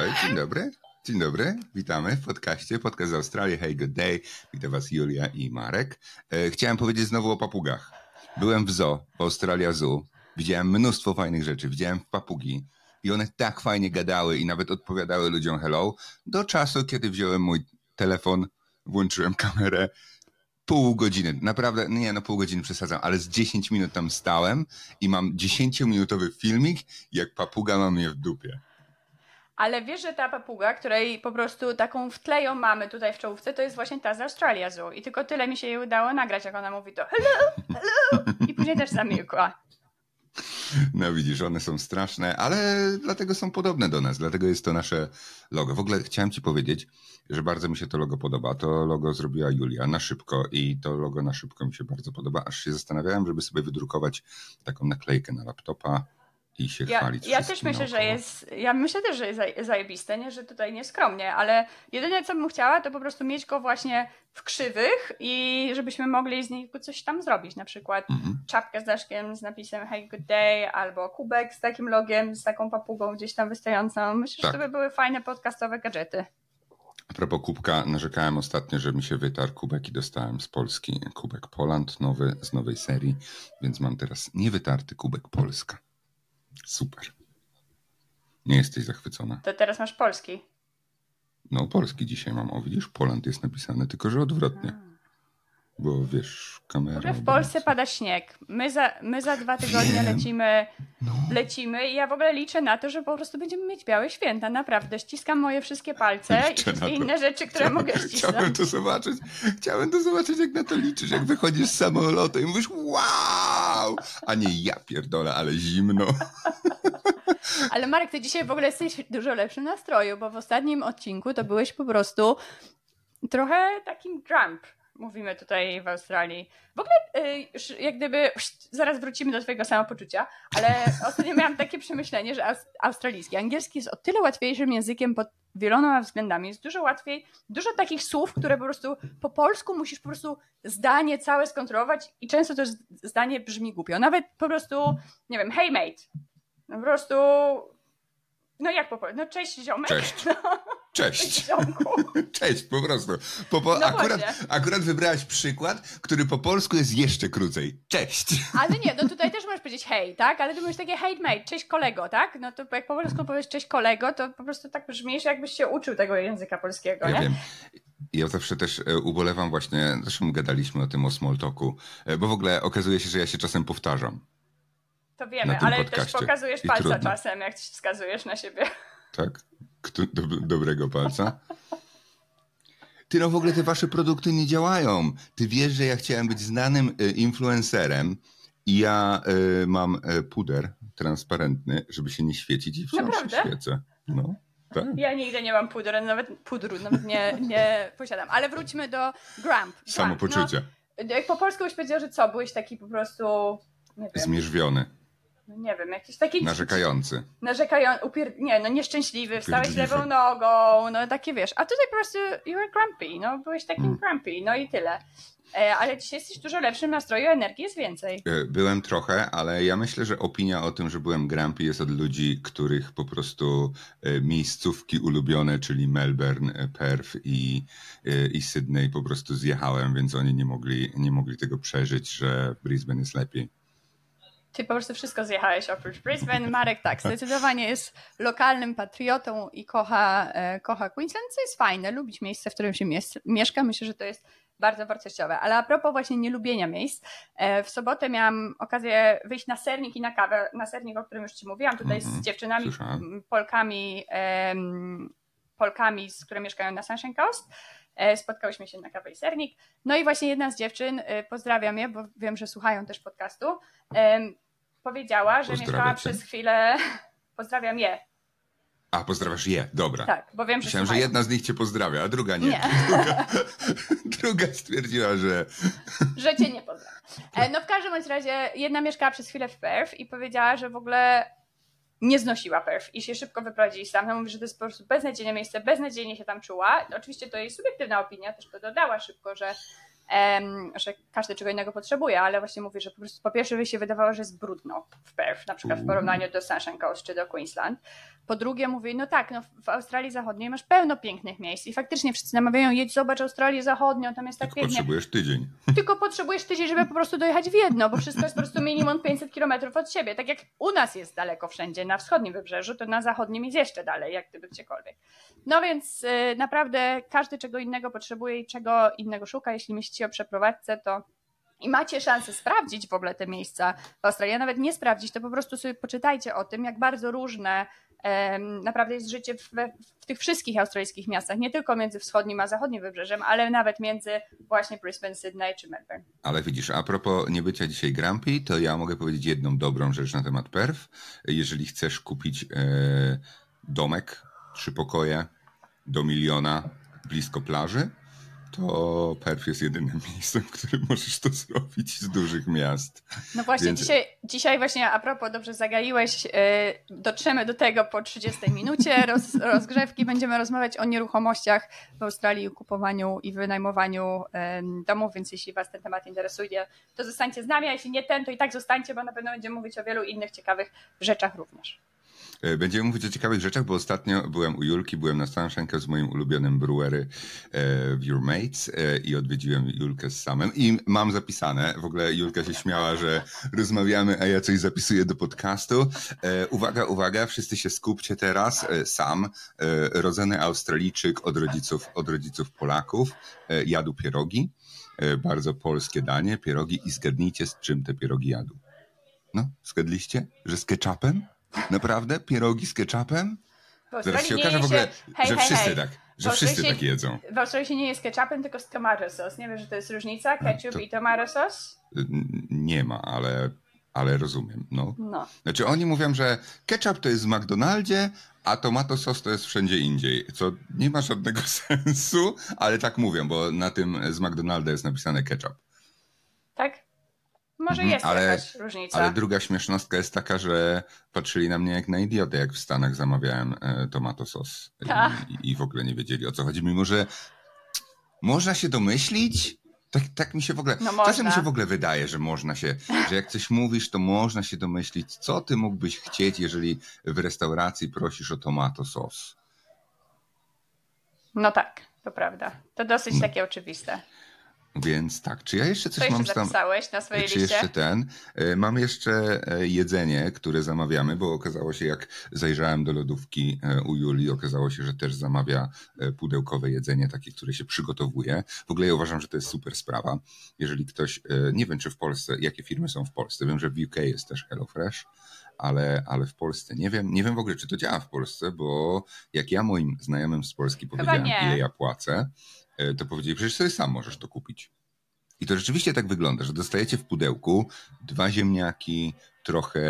Dzień dobry. Dzień dobry, witamy w podcaście, podcast z Australii, Hey Good Day. Witam was Julia i Marek. Chciałem powiedzieć znowu o papugach. Byłem w zoo, w Australia Zoo. Widziałem mnóstwo fajnych rzeczy, widziałem papugi i one tak fajnie gadały i nawet odpowiadały ludziom hello, do czasu, kiedy wziąłem mój telefon, włączyłem kamerę, pół godziny, naprawdę, pół godziny przesadzam, ale z 10 minut tam stałem i mam 10-minutowy filmik, jak papuga ma mnie w dupie. Ale wiesz, że ta papuga, której po prostu taką w tle ją mamy tutaj w czołówce, to jest właśnie ta z Australia Zoo. I tylko tyle mi się jej udało nagrać, jak ona mówi to hello, hello i później też zamilkła. No widzisz, one są straszne, ale dlatego są podobne do nas, dlatego jest to nasze logo. W ogóle chciałem ci powiedzieć, że bardzo mi się to logo podoba. To logo zrobiła Julia na szybko i to logo na szybko mi się bardzo podoba, aż się zastanawiałem, żeby sobie wydrukować taką naklejkę na laptopa i się chwalić. Ja też myślę, że jest zajebiste, nie? Że tutaj nieskromnie, ale jedyne co bym chciała, to po prostu mieć go właśnie w krzywych i żebyśmy mogli z niego coś tam zrobić, na przykład czapkę z daszkiem z napisem Hey Good Day, albo kubek z takim logiem, z taką papugą gdzieś tam wystającą. Myślę, że to by były fajne podcastowe gadżety. A propos kubka, narzekałem ostatnio, że mi się wytarł kubek i dostałem z Polski kubek Poland, nowy, z nowej serii, więc mam teraz niewytarty kubek Polska. Super. Nie jesteś zachwycona? To teraz masz polski. No, polski dzisiaj mam. O, widzisz, Poland jest napisane, tylko że odwrotnie. Bo wiesz, kamera... W Polsce pada śnieg. My za 2 tygodnie lecimy i ja w ogóle liczę na to, że po prostu będziemy mieć białe święta. Naprawdę. Ściskam moje wszystkie palce i wszystkie inne rzeczy, które mogę ścisnąć. Chciałem to zobaczyć, jak na to liczysz, jak wychodzisz z samolotu i mówisz wow! A nie ja pierdolę, ale zimno. Ale Marek, ty dzisiaj w ogóle jesteś w dużo lepszym nastroju, bo w ostatnim odcinku to byłeś po prostu trochę takim Trump. Mówimy tutaj w Australii. W ogóle jak gdyby, zaraz wrócimy do twojego samopoczucia, ale ostatnio miałam takie przemyślenie, że angielski jest o tyle łatwiejszym językiem pod wieloma względami. Jest dużo łatwiej, dużo takich słów, które po prostu po polsku musisz po prostu zdanie całe skontrolować i często to zdanie brzmi głupio. Nawet po prostu, nie wiem, hey mate. No po prostu, no jak po polsku? No cześć ziomek. Cześć. No. Cześć. Ziomku. Cześć, po prostu. Akurat wybrałaś przykład, który po polsku jest jeszcze krócej. Cześć. Ale nie, no tutaj też możesz powiedzieć hej, tak? Ale ty mówisz takie hey mate, cześć kolego, tak? No to jak po polsku powiesz cześć kolego, to po prostu tak brzmisz, jakbyś się uczył tego języka polskiego, nie? Ja wiem. Ja zawsze też ubolewam właśnie, zresztą gadaliśmy o tym, o small talku, bo w ogóle okazuje się, że ja się czasem powtarzam. To wiemy, ale podcaście. Też pokazujesz palca czasem, jak wskazujesz na siebie. Tak? Dobrego palca? Ty, no w ogóle te wasze produkty nie działają. Ty wiesz, że ja chciałem być znanym influencerem i ja mam puder transparentny, żeby się nie świecić i wciąż się świecę. No, tak. Ja nigdy nie mam pudru, nawet nie posiadam. Ale wróćmy do Grump. Samopoczucia. No, jak po polsku byś powiedział, że co? Byłeś taki po prostu... Nie wiem. Zmierzwiony. Nie wiem, jakiś taki... Narzekający. Nieszczęśliwy, wstałeś lewą nogą, no takie wiesz. A tutaj po prostu you were grumpy, no byłeś takim grumpy, no i tyle. Ale dzisiaj jesteś w dużo lepszym nastroju, energii jest więcej. Byłem trochę, ale ja myślę, że opinia o tym, że byłem grumpy jest od ludzi, których po prostu miejscówki ulubione, czyli Melbourne, Perth i Sydney po prostu zjechałem, więc oni nie mogli tego przeżyć, że w Brisbane jest lepiej. Ty po prostu wszystko zjechałeś oprócz Brisbane. Marek tak, zdecydowanie jest lokalnym patriotą i kocha Queensland, co jest fajne, lubić miejsce, w którym się mieszka. Myślę, że to jest bardzo wartościowe. Ale a propos właśnie nielubienia miejsc, w sobotę miałam okazję wyjść na sernik i na kawę. Na sernik, o którym już ci mówiłam, tutaj z dziewczynami, Polkami, które mieszkają na Sunshine Coast. Spotkałyśmy się na kawę i sernik. No i właśnie jedna z dziewczyn, pozdrawiam je, bo wiem, że słuchają też podcastu, powiedziała, że mieszkała przez chwilę... Pozdrawiam je. A, pozdrawiasz je, dobra. Tak, bo wiem, że myślałem, że jedna z nich cię pozdrawia, a druga nie. Druga stwierdziła, że cię nie pozdrawia. No w każdym razie jedna mieszkała przez chwilę w Perth i powiedziała, że w ogóle nie znosiła Perth i się szybko wyprowadzili stamtąd. Mówi, że to jest po prostu beznadziejne miejsce, beznadziejnie się tam czuła. Oczywiście to jej subiektywna opinia, też to dodała szybko, że że każdy czego innego potrzebuje, ale właśnie mówię, że po prostu po pierwsze by się wydawało, że jest brudno w Perth, na przykład w porównaniu do Sunshine Coast czy do Queensland. Po drugie mówię, no tak, no w Australii Zachodniej masz pełno pięknych miejsc i faktycznie wszyscy namawiają, jedź zobacz Australię Zachodnią, tam jest tak pięknie. Potrzebujesz tydzień. Tylko potrzebujesz tydzień, żeby po prostu dojechać w jedno, bo wszystko jest po prostu minimum 500 kilometrów od siebie. Tak jak u nas jest daleko wszędzie, na wschodnim wybrzeżu, to na zachodnim jest jeszcze dalej, jak gdyby gdziekolwiek. No więc naprawdę każdy czego innego potrzebuje i czego innego szuka. Jeśli myślicie o przeprowadzce, to i macie szansę sprawdzić w ogóle te miejsca w Australii, a nawet nie sprawdzić, to po prostu sobie poczytajcie o tym, jak bardzo różne naprawdę jest życie w tych wszystkich australijskich miastach, nie tylko między wschodnim a zachodnim wybrzeżem, ale nawet między właśnie Brisbane, Sydney czy Melbourne. Ale widzisz, a propos niebycia dzisiaj grumpy, to ja mogę powiedzieć jedną dobrą rzecz na temat Perth. Jeżeli chcesz kupić domek, 3 pokoje do 1 miliona blisko plaży, to Perth jest jedynym miejscem, w którym możesz to zrobić z dużych miast. No właśnie, więc dzisiaj właśnie a propos, dobrze zagaiłeś, dotrzemy do tego po 30 minucie rozgrzewki, będziemy rozmawiać o nieruchomościach w Australii, kupowaniu i wynajmowaniu domów, więc jeśli was ten temat interesuje, to zostańcie z nami, a jeśli nie ten, to i tak zostańcie, bo na pewno będziemy mówić o wielu innych ciekawych rzeczach również. Będziemy mówić o ciekawych rzeczach, bo ostatnio byłem u Julki, byłem na Sunshine Coast z moim ulubionym brewery w Your Mates i odwiedziłem Julkę z Samem i mam zapisane, w ogóle Julka się śmiała, że rozmawiamy, a ja coś zapisuję do podcastu. Uwaga, wszyscy się skupcie teraz. Sam, rodzony Australijczyk od rodziców Polaków, jadł pierogi, bardzo polskie danie, pierogi i zgadnijcie, z czym te pierogi jadł. No, zgadliście? Że z ketchupem? Naprawdę? Pierogi z ketchupem? Zaraz się okaże w ogóle, że wszyscy tak jedzą. W Australii się nie je z ketchupem, tylko z tomato sauce. Nie wiesz, że to jest różnica? Ketchup i tomato sauce? Nie ma, ale rozumiem. No. Znaczy oni mówią, że ketchup to jest w McDonaldzie, a tomato sauce to jest wszędzie indziej, co nie ma żadnego sensu, ale tak mówią, bo na tym z McDonalda jest napisane ketchup. Tak? Może jest jakaś różnica. Ale druga śmiesznostka jest taka, że patrzyli na mnie jak na idiotę, jak w Stanach zamawiałem tomato sos i w ogóle nie wiedzieli, o co chodzi, mimo że można się domyślić. Tak mi się w ogóle, czasem mi się w ogóle wydaje, że można się, że jak coś mówisz, to można się domyślić, co ty mógłbyś chcieć, jeżeli w restauracji prosisz o tomato sos. No tak, to prawda. To dosyć takie oczywiste. Więc tak, czy ja jeszcze coś mam tam? Zapisałeś na swojej liście? Jeszcze mam jeszcze jedzenie, które zamawiamy, bo okazało się, jak zajrzałem do lodówki u Julii, okazało się, że też zamawia pudełkowe jedzenie, takie, które się przygotowuje. W ogóle ja uważam, że to jest super sprawa. Jeżeli ktoś, nie wiem czy w Polsce, jakie firmy są w Polsce, wiem, że w UK jest też HelloFresh, ale w Polsce nie wiem w ogóle, czy to działa w Polsce, bo jak ja moim znajomym z Polski powiedziałem, ile ja płacę, to powiedzieli, przecież sobie sam możesz to kupić. I to rzeczywiście tak wygląda, że dostajecie w pudełku 2 ziemniaki, trochę...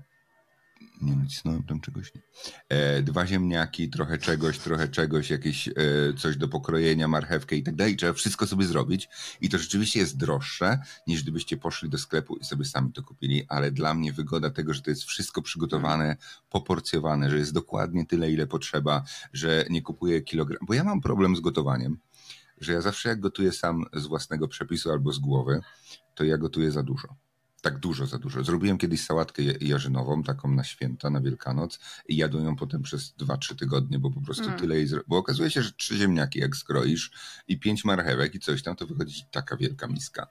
Nie nacisnąłem tam czegoś, nie. 2 ziemniaki, trochę czegoś, jakieś coś do pokrojenia, marchewkę i tak dalej. Trzeba wszystko sobie zrobić i to rzeczywiście jest droższe, niż gdybyście poszli do sklepu i sobie sami to kupili, ale dla mnie wygoda tego, że to jest wszystko przygotowane, poporcjowane, że jest dokładnie tyle, ile potrzeba, że nie kupuję kilogram, bo ja mam problem z gotowaniem, że ja zawsze jak gotuję sam z własnego przepisu albo z głowy, to ja gotuję za dużo. Tak za dużo. Zrobiłem kiedyś sałatkę jarzynową, taką na święta, na Wielkanoc i jadłem ją potem przez 2-3 tygodnie, bo po prostu tyle jej bo okazuje się, że 3 ziemniaki jak skroisz i 5 marchewek i coś tam, to wychodzi taka wielka miska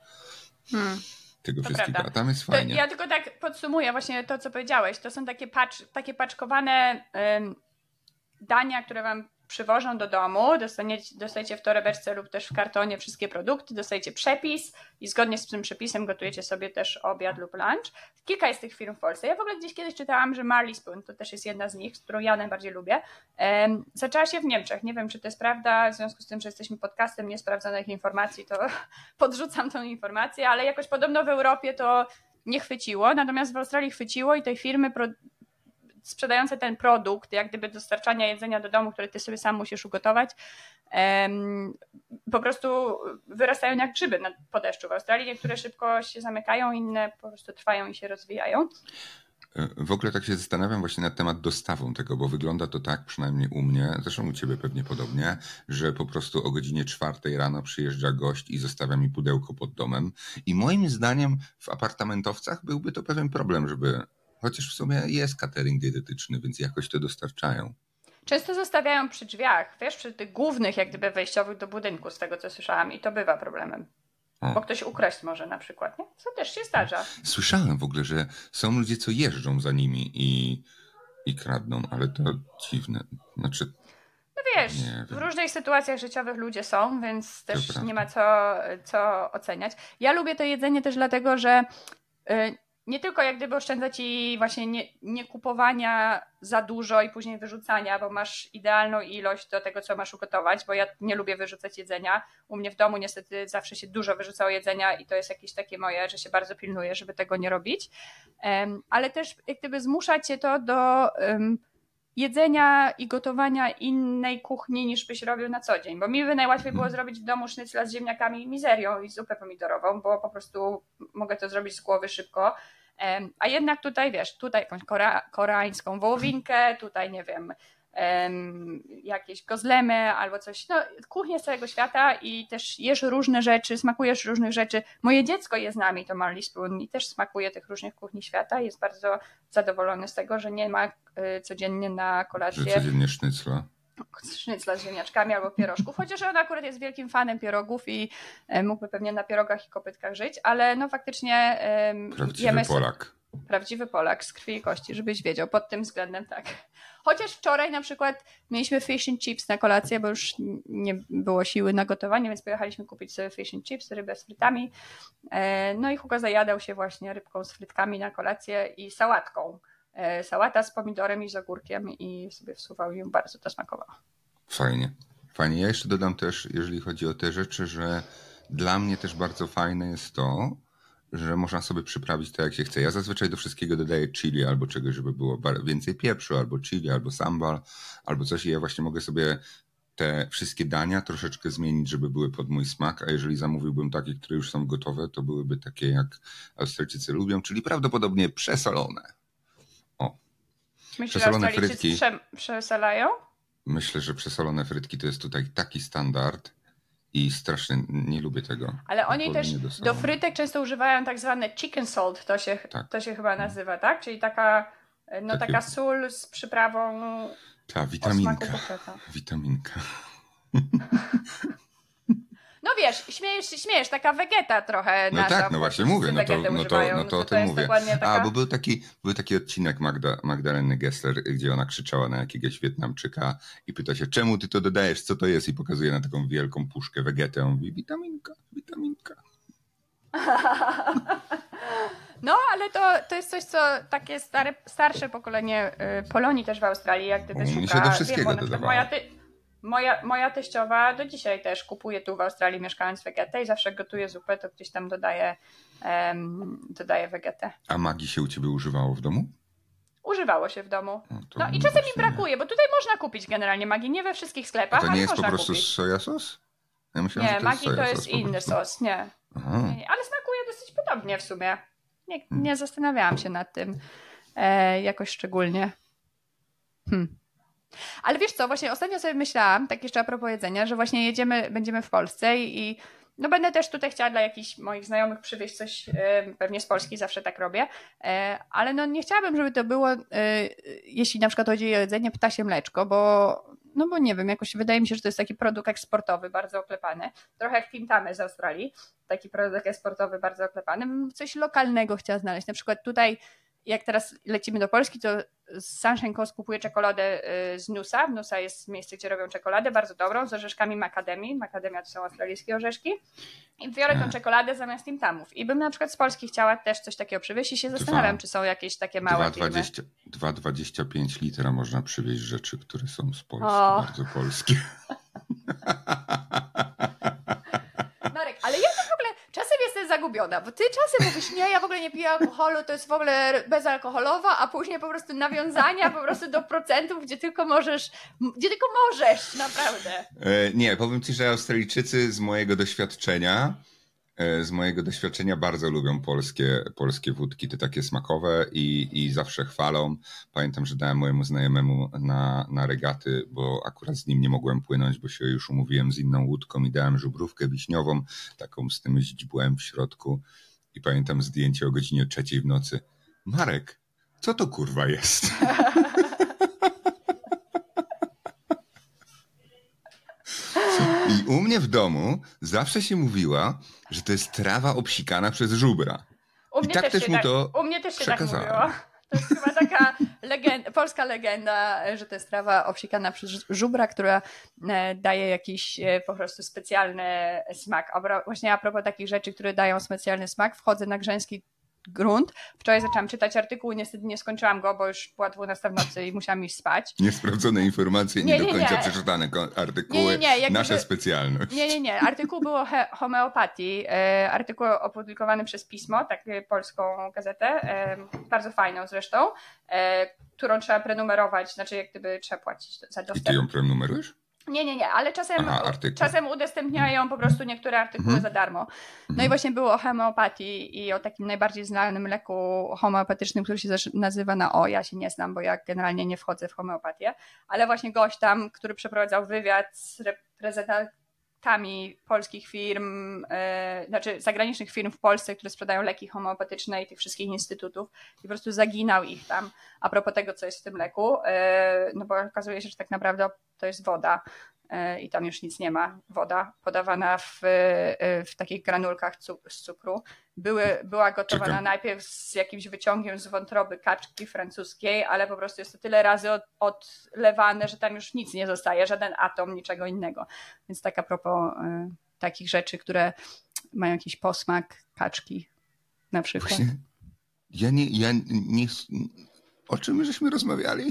tego to wszystkiego, prawda. A tam jest fajnie. Ja tylko tak podsumuję właśnie to, co powiedziałeś. To są takie paczkowane dania, które wam przywożą do domu, dostajecie w torebeczce lub też w kartonie wszystkie produkty, dostajecie przepis i zgodnie z tym przepisem gotujecie sobie też obiad lub lunch. Kilka jest tych firm w Polsce. Ja w ogóle gdzieś kiedyś czytałam, że Marley Spoon, to też jest jedna z nich, którą ja najbardziej lubię, zaczęła się w Niemczech. Nie wiem, czy to jest prawda, w związku z tym, że jesteśmy podcastem niesprawdzonych informacji, to podrzucam tą informację, ale jakoś podobno w Europie to nie chwyciło, natomiast w Australii chwyciło i tej firmy sprzedające ten produkt, jak gdyby dostarczania jedzenia do domu, które ty sobie sam musisz ugotować, po prostu wyrastają jak grzyby po deszczu w Australii. Niektóre szybko się zamykają, inne po prostu trwają i się rozwijają. W ogóle tak się zastanawiam właśnie na temat dostawą tego, bo wygląda to tak, przynajmniej u mnie, zresztą u ciebie pewnie podobnie, że po prostu o godzinie 4 rano przyjeżdża gość i zostawia mi pudełko pod domem. I moim zdaniem w apartamentowcach byłby to pewien problem, żeby, chociaż w sumie jest catering dietetyczny, więc jakoś to dostarczają. Często zostawiają przy drzwiach, wiesz, przy tych głównych jak gdyby wejściowych do budynku, z tego co słyszałam, i to bywa problemem. Bo ktoś ukraść może na przykład, nie? Co też się zdarza. Słyszałem w ogóle, że są ludzie, co jeżdżą za nimi i kradną, ale to dziwne. Znaczy, no wiesz, w różnych sytuacjach życiowych ludzie są, więc też nie ma co oceniać. Ja lubię to jedzenie też dlatego, że nie tylko jak gdyby oszczędzać i właśnie nie kupowania za dużo i później wyrzucania, bo masz idealną ilość do tego, co masz ugotować, bo ja nie lubię wyrzucać jedzenia. U mnie w domu niestety zawsze się dużo wyrzucało jedzenia i to jest jakieś takie moje, że się bardzo pilnuję, żeby tego nie robić. Ale też jak gdyby zmusza cię to do jedzenia i gotowania innej kuchni niż byś robił na co dzień, bo mi by najłatwiej było zrobić w domu sznycla z ziemniakami i mizerią i zupę pomidorową, bo po prostu mogę to zrobić z głowy szybko, a jednak tutaj wiesz, tutaj jakąś koreańską wołowinkę, tutaj nie wiem, jakieś kozlemy albo coś, no kuchnię z całego świata i też jesz różne rzeczy, smakujesz różnych rzeczy. Moje dziecko je z nami, to Marley Spoon, i też smakuje tych różnych kuchni świata, jest bardzo zadowolony z tego, że nie ma codziennie na kolację że codziennie sznycla z ziemniaczkami albo pierożków, chociaż on akurat jest wielkim fanem pierogów i mógłby pewnie na pierogach i kopytkach żyć, ale no faktycznie prawdziwy Polak. Prawdziwy Polak z krwi i kości, żebyś wiedział, pod tym względem tak. Chociaż wczoraj na przykład mieliśmy fish and chips na kolację, bo już nie było siły na gotowanie, więc pojechaliśmy kupić sobie fish and chips, rybę z frytami. No i Hugo zajadał się właśnie rybką z frytkami na kolację i sałatką. Sałata z pomidorem i z ogórkiem i sobie wsuwał i bardzo to smakowało. Fajnie. Fajnie. Ja jeszcze dodam też, jeżeli chodzi o te rzeczy, że dla mnie też bardzo fajne jest to, że można sobie przyprawić to jak się chce. Ja zazwyczaj do wszystkiego dodaję chili albo czegoś, żeby było więcej pieprzu, albo chili, albo sambal, albo coś i ja właśnie mogę sobie te wszystkie dania troszeczkę zmienić, żeby były pod mój smak, a jeżeli zamówiłbym takie, które już są gotowe, to byłyby takie jak Australijczycy lubią, czyli prawdopodobnie przesolone. Myślisz, że Australijczycy przesalają? Myślę, że przesolone frytki to jest tutaj taki standard i strasznie nie lubię tego. Ale oni też do frytek często używają tak zwane chicken salt, to się chyba nazywa, tak? Czyli taka sól z przyprawą witaminka. No wiesz, śmiejesz, taka wegeta trochę nasza. No tak, no właśnie mówię, no to o tym mówię. Taka... Bo był taki odcinek Magdaleny Gessler, gdzie ona krzyczała na jakiegoś Wietnamczyka i pyta się, czemu ty to dodajesz, co to jest? I pokazuje na taką wielką puszkę wegetę. On mówi, witaminka. No, ale to jest coś, co takie starsze pokolenie Polonii też w Australii, jak gdyby szuka. Mi się do wszystkiego dodawało. Moja teściowa do dzisiaj też kupuje tu w Australii, mieszkając wegetę i zawsze gotuje zupę, to gdzieś tam dodaje wegetę. A magii się u ciebie używało w domu? Używało się w domu. No i czasem mi brakuje, bo tutaj można kupić generalnie magii, nie we wszystkich sklepach, ale można kupić. To nie jest po prostu soja sos? Ja myślałem, nie, magii to jest inny sos, nie. Ale smakuje dosyć podobnie w sumie. Nie zastanawiałam się nad tym jakoś szczególnie. Ale wiesz co, właśnie ostatnio sobie myślałam, tak jeszcze a propos jedzenia, że właśnie będziemy w Polsce i no będę też tutaj chciała dla jakichś moich znajomych przywieźć coś, pewnie z Polski, zawsze tak robię, ale no nie chciałabym, żeby to było, jeśli na przykład chodzi o jedzenie, ptasie mleczko, bo nie wiem, jakoś wydaje mi się, że to jest taki produkt eksportowy, bardzo oklepany, trochę jak Tim Tamy z Australii, taki produkt eksportowy bardzo oklepany, coś lokalnego chciała znaleźć, na przykład tutaj jak teraz lecimy do Polski, to z Sunshine Coast kupuję czekoladę z Noosa. Noosa jest miejsce, gdzie robią czekoladę bardzo dobrą, z orzeszkami macadamii. Macadamia to są australijskie orzeszki. I biorę tą czekoladę zamiast Tim Tamów. I bym na przykład z Polski chciała też coś takiego przywieźć i się zastanawiam, czy są jakieś takie małe firmy. 2,25 litra można przywieźć rzeczy, które są z Polski, bardzo polskie. Marek, ale ja to w ogóle czasem jestem zagubiona, bo ty czasem mówisz, nie, ja w ogóle nie piję alkoholu, to jest w ogóle bezalkoholowa, a później po prostu nawiązania po prostu do procentów, gdzie tylko możesz, naprawdę. Nie, powiem ci, że Australijczycy z mojego doświadczenia z mojego doświadczenia bardzo lubią polskie wódki, te takie smakowe i zawsze chwalą. Pamiętam, że dałem mojemu znajomemu na regaty, bo akurat z nim nie mogłem płynąć, bo się już umówiłem z inną łódką i dałem żubrówkę wiśniową, taką z tym źdźbłem w środku. I pamiętam zdjęcie o godzinie 3 w nocy. Marek, co to kurwa jest? I u mnie w domu zawsze się mówiła, że to jest trawa obsikana przez żubra. U mnie też się tak mówiło. To jest chyba taka polska legenda, że to jest trawa obsikana przez żubra, która daje jakiś po prostu specjalny smak. Właśnie a propos takich rzeczy, które dają specjalny smak, wchodzę na grzeński grunt. Wczoraj zaczęłam czytać artykuł, niestety nie skończyłam go, bo już była 12 w nocy i musiałam iść spać. Niesprawdzone informacje, nie do końca przeczytane artykuły, nasza specjalność. Nie. Artykuł był o homeopatii. Artykuł opublikowany przez Pismo, taką polską gazetę, bardzo fajną zresztą, którą trzeba prenumerować, znaczy jak gdyby trzeba płacić za dostęp. I ty ją prenumerujesz? Nie, ale czasem udostępniają po prostu niektóre artykuły za darmo. No i właśnie było o homeopatii i o takim najbardziej znanym leku homeopatycznym, który się nazywa na O. Ja się nie znam, bo ja generalnie nie wchodzę w homeopatię, ale właśnie gość tam, który przeprowadzał wywiad z reprezentantami polskich firm, znaczy zagranicznych firm w Polsce, które sprzedają leki homeopatyczne i tych wszystkich instytutów i po prostu zaginał ich tam a propos tego, co jest w tym leku, no bo okazuje się, że tak naprawdę to jest woda i tam już nic nie ma. Woda podawana w takich granulkach z cukru. Była gotowana najpierw z jakimś wyciągiem z wątroby kaczki francuskiej, ale po prostu jest to tyle razy odlewane, że tam już nic nie zostaje, żaden atom, niczego innego. Więc tak a propos takich rzeczy, które mają jakiś posmak kaczki na przykład. Właśnie, ja nie o czym żeśmy rozmawiali?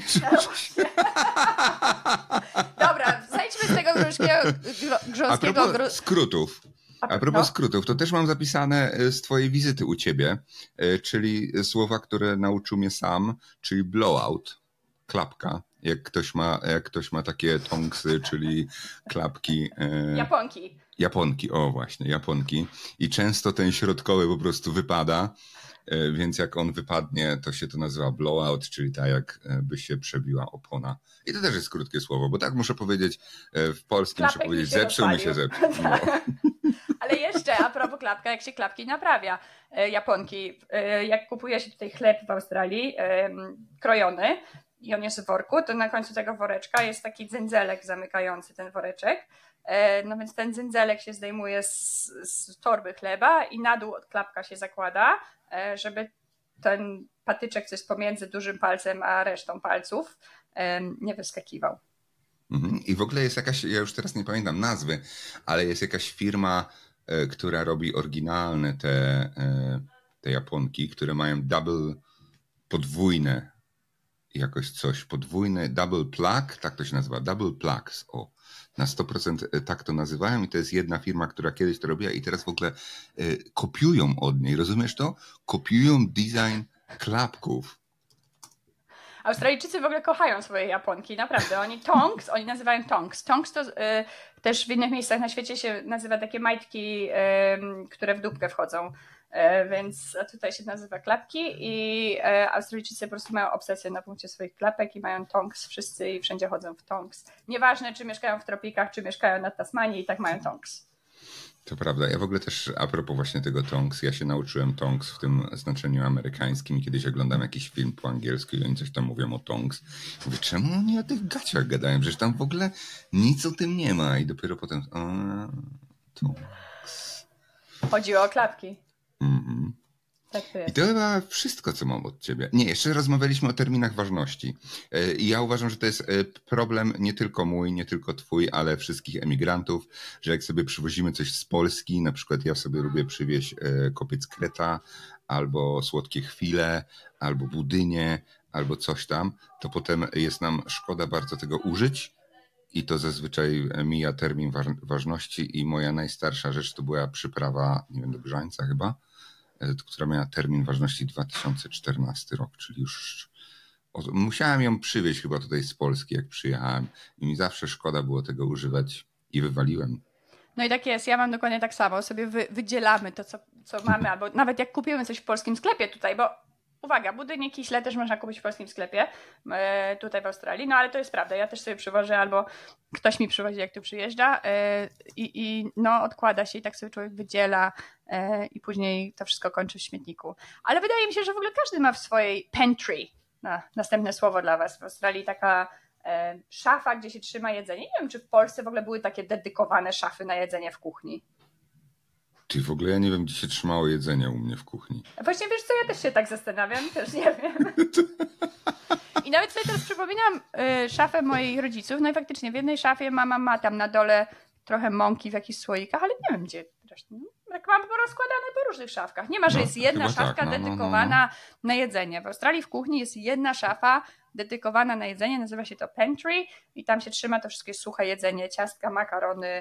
Dobra, zejdźmy z tego grząskiego skrótów. A propos skrótów, to też mam zapisane z twojej wizyty u ciebie, czyli słowa, które nauczył mnie sam, czyli blowout, klapka. Jak ktoś ma takie tonksy, czyli klapki. Japonki, o właśnie, japonki. I często ten środkowy po prostu wypada. Więc jak on wypadnie, to się to nazywa blowout, czyli tak jakby się przebiła opona. I to też jest krótkie słowo, bo tak muszę powiedzieć, w polskim muszę powiedzieć, zepsuł mi się. No. Ale jeszcze a propos klapka, jak się klapki naprawia. Japonki, jak kupuje się tutaj chleb w Australii, krojony i on jest w worku, to na końcu tego woreczka jest taki dzędzelek zamykający ten woreczek. No więc ten dzędzelek się zdejmuje z torby chleba i na dół od klapka się zakłada, żeby ten patyczek, co jest pomiędzy dużym palcem a resztą palców, nie wyskakiwał. I w ogóle jest jakaś, ja już teraz nie pamiętam nazwy, ale jest jakaś firma, która robi oryginalne te japonki, które mają podwójne jakoś coś, podwójne double plug, tak to się nazywa, double plugs, na 100% tak to nazywają i to jest jedna firma, która kiedyś to robiła i teraz w ogóle kopiują od niej, rozumiesz to? Kopiują design klapków. Australijczycy w ogóle kochają swoje Japonki, naprawdę. Oni nazywają tongs. Tongs to też w innych miejscach na świecie się nazywa takie majtki, które w dupkę wchodzą. Więc tutaj się nazywa klapki i Australijczycy po prostu mają obsesję na punkcie swoich klapek i mają tongs wszyscy i wszędzie chodzą w tongs. Nieważne, czy mieszkają w tropikach, czy mieszkają na Tasmanii, i tak mają tongs. To prawda. Ja w ogóle też a propos właśnie tego tongs, ja się nauczyłem tongs w tym znaczeniu amerykańskim i kiedyś oglądam jakiś film po angielsku i oni coś tam mówią o tongs. Mówię, czemu oni o tych gaciach gadają? Przecież tam w ogóle nic o tym nie ma i dopiero potem tongs. Chodziło o klapki. Mhm. Tak to jest. I to chyba wszystko, co mam od ciebie. Nie, jeszcze rozmawialiśmy o terminach ważności. I ja uważam, że to jest problem nie tylko mój, nie tylko twój, ale wszystkich emigrantów, że jak sobie przywozimy coś z Polski, na przykład ja sobie lubię przywieźć kopiec kreta, albo słodkie chwile, albo budynie, albo coś tam, to potem jest nam szkoda bardzo tego użyć i to zazwyczaj mija termin ważności i moja najstarsza rzecz to była przyprawa, nie wiem, do grzańca chyba, która miała termin ważności 2014 rok, czyli już musiałem ją przywieźć chyba tutaj z Polski, jak przyjechałem i mi zawsze szkoda było tego używać i wywaliłem. No i tak jest, ja mam dokładnie tak samo, sobie wydzielamy to, co mamy, albo nawet jak kupimy coś w polskim sklepie tutaj, bo uwaga, budynie kiśle też można kupić w polskim sklepie tutaj w Australii, no ale to jest prawda, ja też sobie przywożę albo ktoś mi przywozi, jak tu przyjeżdża i no odkłada się i tak sobie człowiek wydziela i później to wszystko kończy w śmietniku. Ale wydaje mi się, że w ogóle każdy ma w swojej pantry, następne słowo dla was, w Australii taka szafa, gdzie się trzyma jedzenie. Nie wiem, czy w Polsce w ogóle były takie dedykowane szafy na jedzenie w kuchni. Ty, w ogóle ja nie wiem, gdzie się trzymało jedzenie u mnie w kuchni. Właśnie wiesz co, ja też się tak zastanawiam, też nie wiem. I nawet sobie teraz przypominam szafę moich rodziców, no i faktycznie w jednej szafie mama ma tam na dole trochę mąki w jakichś słoikach, ale nie wiem gdzie zresztą. Tak mam porozkładane po różnych szafkach. Nie ma, że jest jedna szafka dedykowana na jedzenie. W Australii w kuchni jest jedna szafa dedykowana na jedzenie, nazywa się to pantry i tam się trzyma to wszystkie suche jedzenie, ciastka, makarony,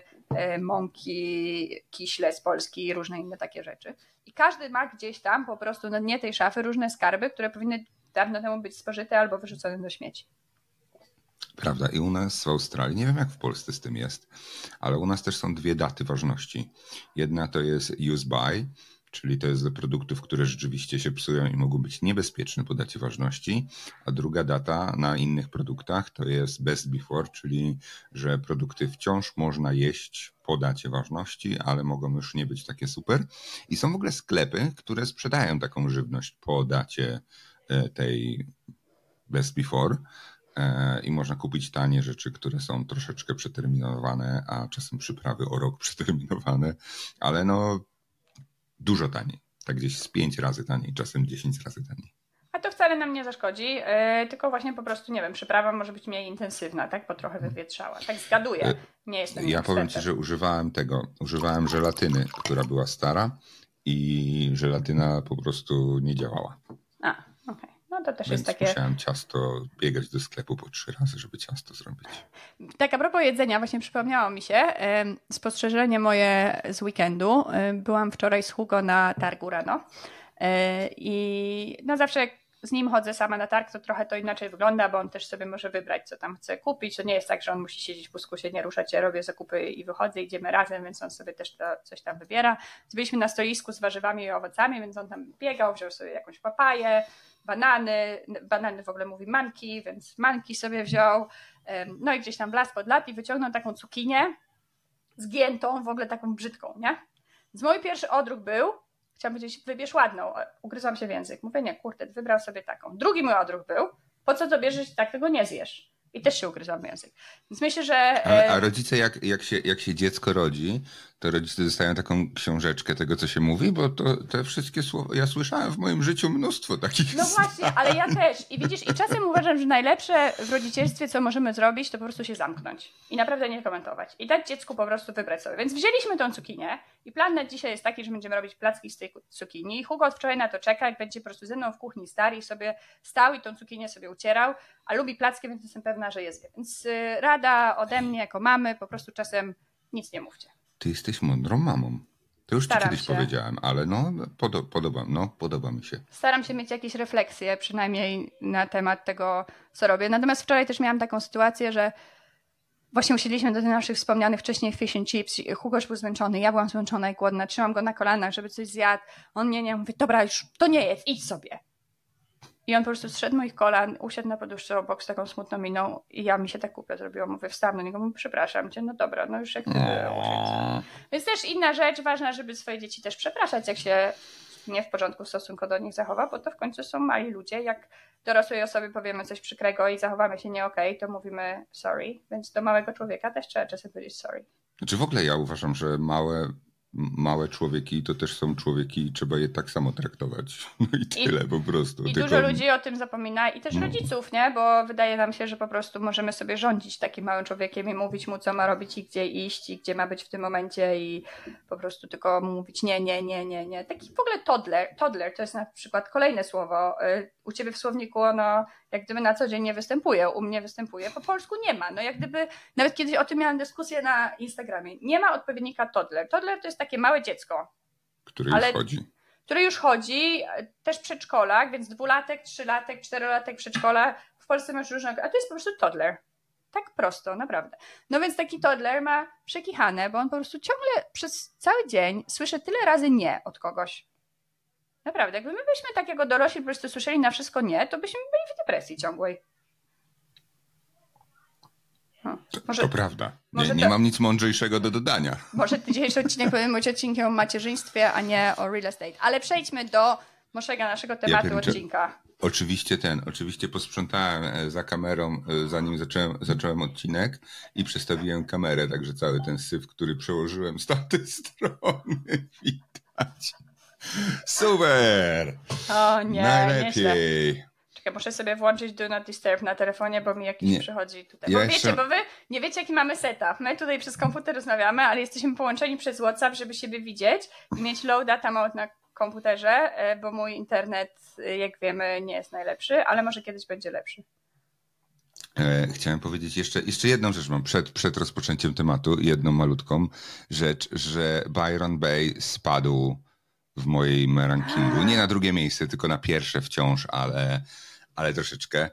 mąki, kiśle z Polski i różne inne takie rzeczy. I każdy ma gdzieś tam po prostu na dnie tej szafy różne skarby, które powinny dawno temu być spożyte albo wyrzucone do śmieci. Prawda. I u nas w Australii, nie wiem jak w Polsce z tym jest, ale u nas też są dwie daty ważności. Jedna to jest use by, czyli to jest do produktów, które rzeczywiście się psują i mogą być niebezpieczne po dacie ważności, a druga data na innych produktach to jest best before, czyli że produkty wciąż można jeść po dacie ważności, ale mogą już nie być takie super. I są w ogóle sklepy, które sprzedają taką żywność po dacie tej best before. I można kupić tanie rzeczy, które są troszeczkę przeterminowane, a czasem przyprawy o rok przeterminowane, ale no dużo taniej. Tak gdzieś z 5 razy taniej, czasem 10 razy taniej. A to wcale nam nie zaszkodzi, tylko właśnie po prostu, nie wiem, przyprawa może być mniej intensywna, tak? Bo trochę wywietrzała. Tak zgaduję. Nie jestem Ja powiem ci, że używałem żelatyny, która była stara i żelatyna po prostu nie działała. Okej. No to też Więc jest takie... musiałem biegać do sklepu po 3 razy, żeby ciasto zrobić. Tak a propos jedzenia, właśnie przypomniało mi się spostrzeżenie moje z weekendu. Byłam wczoraj z Hugo na targu rano i no zawsze jak z nim chodzę sama na targ, to trochę to inaczej wygląda, bo on też sobie może wybrać, co tam chce kupić. To nie jest tak, że on musi siedzieć w wózku, się nie ruszać, ja robię zakupy i wychodzę, idziemy razem, więc on sobie też coś tam wybiera. Byliśmy na stoisku z warzywami i owocami, więc on tam biegał, wziął sobie jakąś papaję, banany w ogóle mówi manki, więc manki sobie wziął. No i gdzieś tam wlazł pod lat i wyciągnął taką cukinię zgiętą, w ogóle taką brzydką, nie? Więc mój pierwszy odruch był, chciałam powiedzieć, wybierz ładną, ugryzłam się w język. Mówię, nie, kurde, wybrał sobie taką. Drugi mój odruch był, po co to bierzesz, tak tego nie zjesz. I też się ugryzłam w język. Więc myślę, że... A rodzice, jak się dziecko rodzi, to rodzice dostają taką książeczkę tego, co się mówi, bo te wszystkie słowa, ja słyszałem w moim życiu mnóstwo takich. No właśnie, ale ja też. I widzisz, i czasem uważam, że najlepsze w rodzicielstwie, co możemy zrobić, to po prostu się zamknąć. I naprawdę nie komentować. I dać dziecku po prostu wybrać sobie. Więc wzięliśmy tą cukinię i plan na dzisiaj jest taki, że będziemy robić placki z tej cukinii. I Hugo wczoraj na to czeka, jak będzie po prostu ze mną w kuchni stary i sobie stał i tą cukinię sobie ucierał, a lubi placki, więc jestem pewna, że je zje. Więc rada ode mnie jako mamy, po prostu czasem nic nie mówcie. Ty jesteś mądrą mamą. To już Staram ci kiedyś się. powiedziałem, ale podoba mi się. Staram się mieć jakieś refleksje, przynajmniej na temat tego, co robię. Natomiast wczoraj też miałam taką sytuację, że właśnie usiedliśmy do tych naszych wspomnianych wcześniej fish and chips. Hugo już był zmęczony, ja byłam zmęczona i głodna. Trzymam go na kolanach, żeby coś zjadł. On nie mówi, dobra, już to nie jest, idź sobie. I on po prostu zszedł moich kolan, usiadł na poduszce obok z taką smutną miną i ja mi się tak głupio zrobiło. Mówię, wstałem do niego, mówię, przepraszam cię, no dobra, no już jak ty usiądź. Więc też inna rzecz, ważna, żeby swoje dzieci też przepraszać, jak się nie w porządku w stosunku do nich zachowa, bo to w końcu są mali ludzie. Jak dorosłej osobie powiemy coś przykrego i zachowamy się nie okej, to mówimy sorry. Więc do małego człowieka też trzeba czasem powiedzieć sorry. Znaczy w ogóle ja uważam, że małe człowieki to też są człowieki i trzeba je tak samo traktować. No i tyle po prostu. I dużo ludzi o tym zapomina i też rodziców, nie? Bo wydaje nam się, że po prostu możemy sobie rządzić takim małym człowiekiem i mówić mu, co ma robić i gdzie iść i gdzie ma być w tym momencie i po prostu tylko mówić nie. Taki w ogóle toddler to jest na przykład kolejne słowo. U ciebie w słowniku ono jak gdyby na co dzień nie występuje, u mnie występuje, po polsku nie ma. No jak gdyby, nawet kiedyś o tym miałam dyskusję na Instagramie, nie ma odpowiednika toddler. Toddler to jest takie małe dziecko. Które już chodzi, też przedszkolak, więc 2-latek, 3-latek, 4-latek przedszkola. W Polsce masz różne, a to jest po prostu toddler. Tak prosto, naprawdę. No więc taki toddler ma przekichane, bo on po prostu ciągle przez cały dzień słyszy tyle razy nie od kogoś. Naprawdę, jakby my byśmy takiego dorośli po prostu słyszeli na wszystko nie, to byśmy byli w depresji ciągłej. To prawda. Nie mam nic mądrzejszego do dodania. Może dzisiejszy odcinek powinien być odcinkiem o macierzyństwie, a nie o real estate. Ale przejdźmy do naszego tematu odcinka. Oczywiście posprzątałem za kamerą, zanim zacząłem odcinek i przestawiłem kamerę, także cały ten syf, który przełożyłem z tamtej strony widać. Super! O nie, najlepiej. Nieźle. Czekaj, muszę sobie włączyć Do Not Disturb na telefonie, bo mi jakiś przychodzi tutaj. Bo wy nie wiecie, jaki mamy setup. My tutaj przez komputer rozmawiamy, ale jesteśmy połączeni przez WhatsApp, żeby siebie widzieć i mieć low data mode na komputerze, bo mój internet, jak wiemy, nie jest najlepszy, ale może kiedyś będzie lepszy. Chciałem powiedzieć jeszcze jedną rzecz mam przed rozpoczęciem tematu, jedną malutką rzecz, że Byron Bay spadł w moim rankingu. Nie na drugie miejsce, tylko na pierwsze wciąż, ale troszeczkę.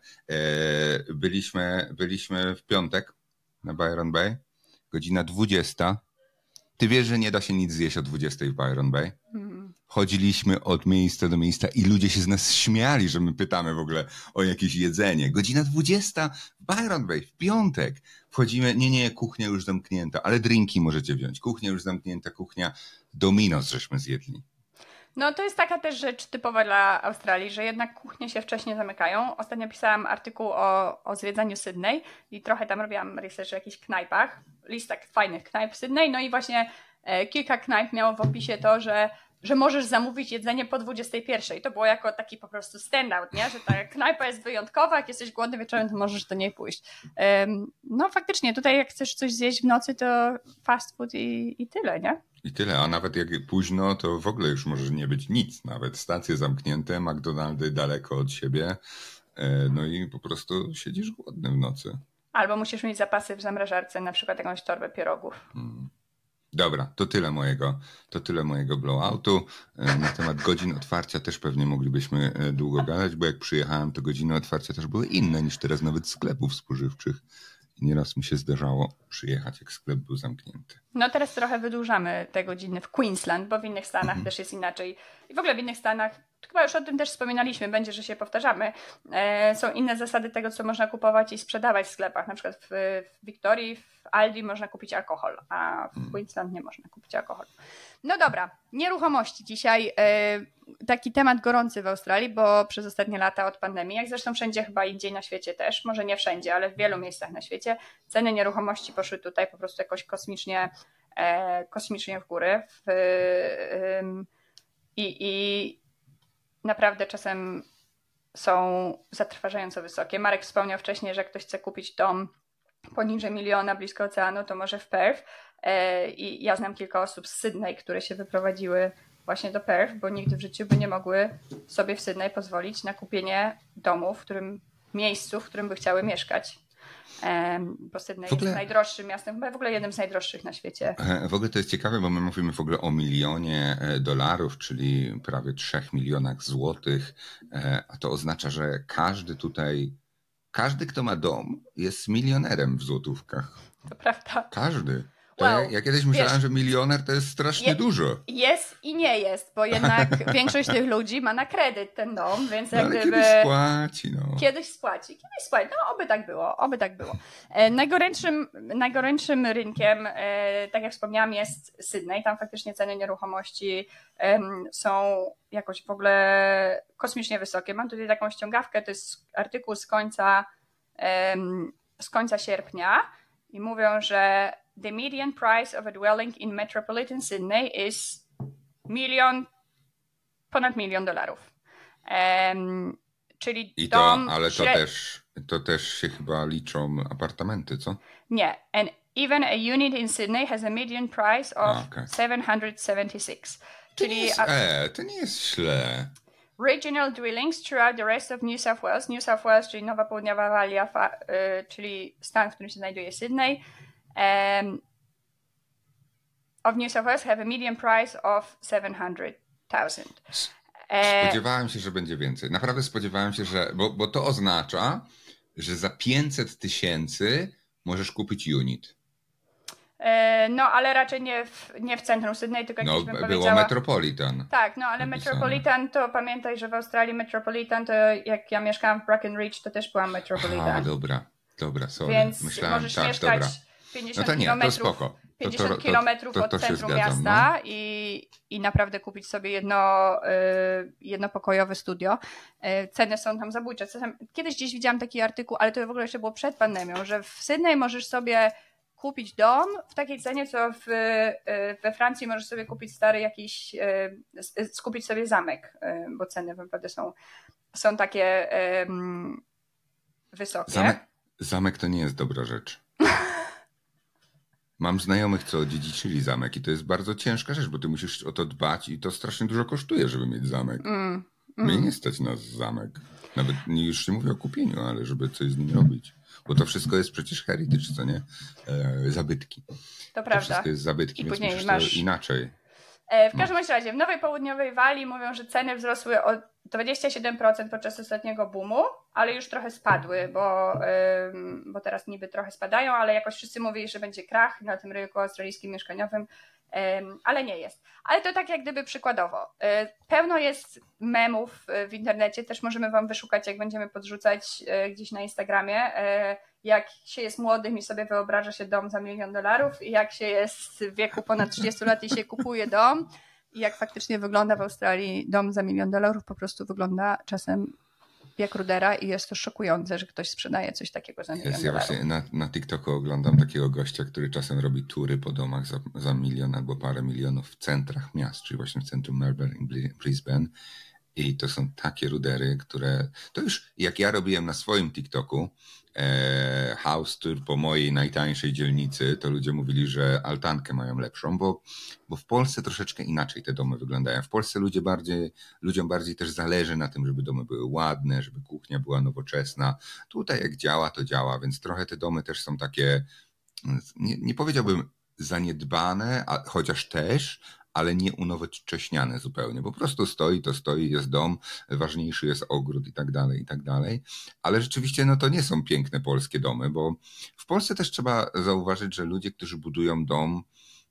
Byliśmy w piątek na Byron Bay, godzina 20. Ty wiesz, że nie da się nic zjeść o 20 w Byron Bay? Chodziliśmy od miejsca do miejsca i ludzie się z nas śmiali, że my pytamy w ogóle o jakieś jedzenie. Godzina 20 w Byron Bay, w piątek. Wchodzimy, nie, kuchnia już zamknięta, ale drinki możecie wziąć. Kuchnia już zamknięta, kuchnia Domino's żeśmy zjedli. No to jest taka też rzecz typowa dla Australii, że jednak kuchnie się wcześniej zamykają. Ostatnio pisałam artykuł o zwiedzaniu Sydney i trochę tam robiłam research o jakichś knajpach, lista fajnych knajp w Sydney, no i właśnie kilka knajp miało w opisie to, że możesz zamówić jedzenie po 21. To było jako taki po prostu standout, nie? Że ta knajpa jest wyjątkowa, jak jesteś głodny wieczorem, to możesz do niej pójść. No faktycznie, tutaj jak chcesz coś zjeść w nocy, to fast food i tyle, nie? I tyle, a nawet jak późno, to w ogóle już może nie być nic. Nawet stacje zamknięte, McDonaldy daleko od siebie, no i po prostu siedzisz głodny w nocy. Albo musisz mieć zapasy w zamrażarce, na przykład jakąś torbę pierogów. Dobra, to tyle mojego blowoutu. Na temat godzin otwarcia też pewnie moglibyśmy długo gadać, bo jak przyjechałem, to godziny otwarcia też były inne niż teraz nawet sklepów spożywczych. I nieraz mi się zdarzało przyjechać, jak sklep był zamknięty. No teraz trochę wydłużamy te godziny w Queensland, bo w innych stanach też jest inaczej. I w ogóle w innych stanach, chyba już o tym też wspominaliśmy, będzie, że się powtarzamy, są inne zasady tego, co można kupować i sprzedawać w sklepach. Na przykład w Victorii, w Aldi można kupić alkohol, a w Queensland nie można kupić alkoholu. No dobra, nieruchomości dzisiaj. Taki temat gorący w Australii, bo przez ostatnie lata od pandemii, jak zresztą wszędzie chyba indziej na świecie też, może nie wszędzie, ale w wielu miejscach na świecie, ceny nieruchomości poszły tutaj po prostu jakoś kosmicznie w górę. I naprawdę czasem są zatrważająco wysokie. Marek wspomniał wcześniej, że jak ktoś chce kupić dom poniżej 1 miliona blisko oceanu, to może w Perth. I ja znam kilka osób z Sydney, które się wyprowadziły właśnie do Perth, bo nigdy w życiu by nie mogły sobie w Sydney pozwolić na kupienie domu, w którym by chciały mieszkać. Bo Sydney jest najdroższym miastem, chyba w ogóle jednym z najdroższych na świecie. W ogóle to jest ciekawe, bo my mówimy w ogóle o $1 milionie, czyli prawie 3 milionach złotych, a to oznacza, że każdy, kto ma dom, jest milionerem w złotówkach. To prawda. Każdy. Ja kiedyś myślałem, że milioner to jest strasznie dużo. Jest i nie jest, bo jednak większość tych ludzi ma na kredyt ten dom, więc jak gdyby... Kiedyś spłaci, no. Kiedyś spłaci. No oby tak było. Najgorętszym rynkiem, tak jak wspomniałam, jest Sydney. Tam faktycznie ceny nieruchomości są jakoś w ogóle kosmicznie wysokie. Mam tutaj taką ściągawkę, to jest artykuł z końca sierpnia i mówią, że the median price of a dwelling in metropolitan Sydney is ponad $1 milion. Czyli I dom... Ale to też się chyba liczą apartamenty, co? Nie. And even a unit in Sydney has a median price of 776. Czyli to nie jest źle. Regional dwellings throughout the rest of New South Wales. New South Wales, czyli Nowa Południowa Walia, czyli stan, w którym się znajduje Sydney, of New South Wales have a median price of 700,000. Spodziewałem się, że będzie więcej. Naprawdę spodziewałem się, że... Bo to oznacza, że za 500 000 możesz kupić unit. No, ale raczej nie w centrum Sydney, tylko No, gdzieś bym było powiedziała... Metropolitan. Tak, no ale napisane. Metropolitan to pamiętaj, że w Australii Metropolitan to jak ja mieszkałam w Brackenridge, to też byłam Metropolitan. A, dobra, sorry. Więc myślałem, możesz tak, mieszkać dobra. 50 No to nie, to kilometrów, spoko. 50 kilometrów od to się centrum zgadzam, miasta no. i naprawdę kupić sobie jednopokojowe studio. Ceny są tam zabójcze. Kiedyś gdzieś widziałam taki artykuł, ale to w ogóle jeszcze było przed pandemią, że w Sydney możesz sobie kupić dom w takiej cenie, co we Francji możesz sobie kupić stary jakiś, skupić sobie zamek, bo ceny naprawdę są takie wysokie. Zamek to nie jest dobra rzecz. Mam znajomych, co odziedziczyli zamek i to jest bardzo ciężka rzecz, bo ty musisz o to dbać i to strasznie dużo kosztuje, żeby mieć zamek. Mnie nie stać na zamek. Nawet już nie mówię o kupieniu, ale żeby coś z nim robić. Bo to wszystko jest przecież heritage, co nie? Zabytki. To prawda. To wszystko jest zabytki, I więc później musisz masz... to inaczej. W każdym razie w Nowej Południowej Walii mówią, że ceny wzrosły o 27% podczas ostatniego boomu, ale już trochę spadły, bo teraz niby trochę spadają, ale jakoś wszyscy mówili, że będzie krach na tym rynku australijskim mieszkaniowym, ale nie jest. Ale to tak jak gdyby przykładowo. Pełno jest memów w internecie, też możemy wam wyszukać, jak będziemy podrzucać gdzieś na Instagramie, jak się jest młodym i sobie wyobraża się dom za $1 milion i jak się jest w wieku ponad 30 lat i się kupuje dom i jak faktycznie wygląda w Australii dom za $1 milion, po prostu wygląda czasem jak rudera i jest to szokujące, że ktoś sprzedaje coś takiego za $1 milion. Ja właśnie na TikToku oglądam takiego gościa, który czasem robi tury po domach za milion albo parę milionów w centrach miast, czyli właśnie w centrum Melbourne i Brisbane. I to są takie rudery, które... To już jak ja robiłem na swoim TikToku house tour po mojej najtańszej dzielnicy, to ludzie mówili, że altankę mają lepszą, bo w Polsce troszeczkę inaczej te domy wyglądają. W Polsce ludziom bardziej też zależy na tym, żeby domy były ładne, żeby kuchnia była nowoczesna. Tutaj jak działa, to działa, więc trochę te domy też są takie, nie powiedziałbym zaniedbane, chociaż też, ale nie unowocześniane zupełnie. Po prostu stoi, jest dom, ważniejszy jest ogród i tak dalej. Ale rzeczywiście no to nie są piękne polskie domy, bo w Polsce też trzeba zauważyć, że ludzie, którzy budują dom,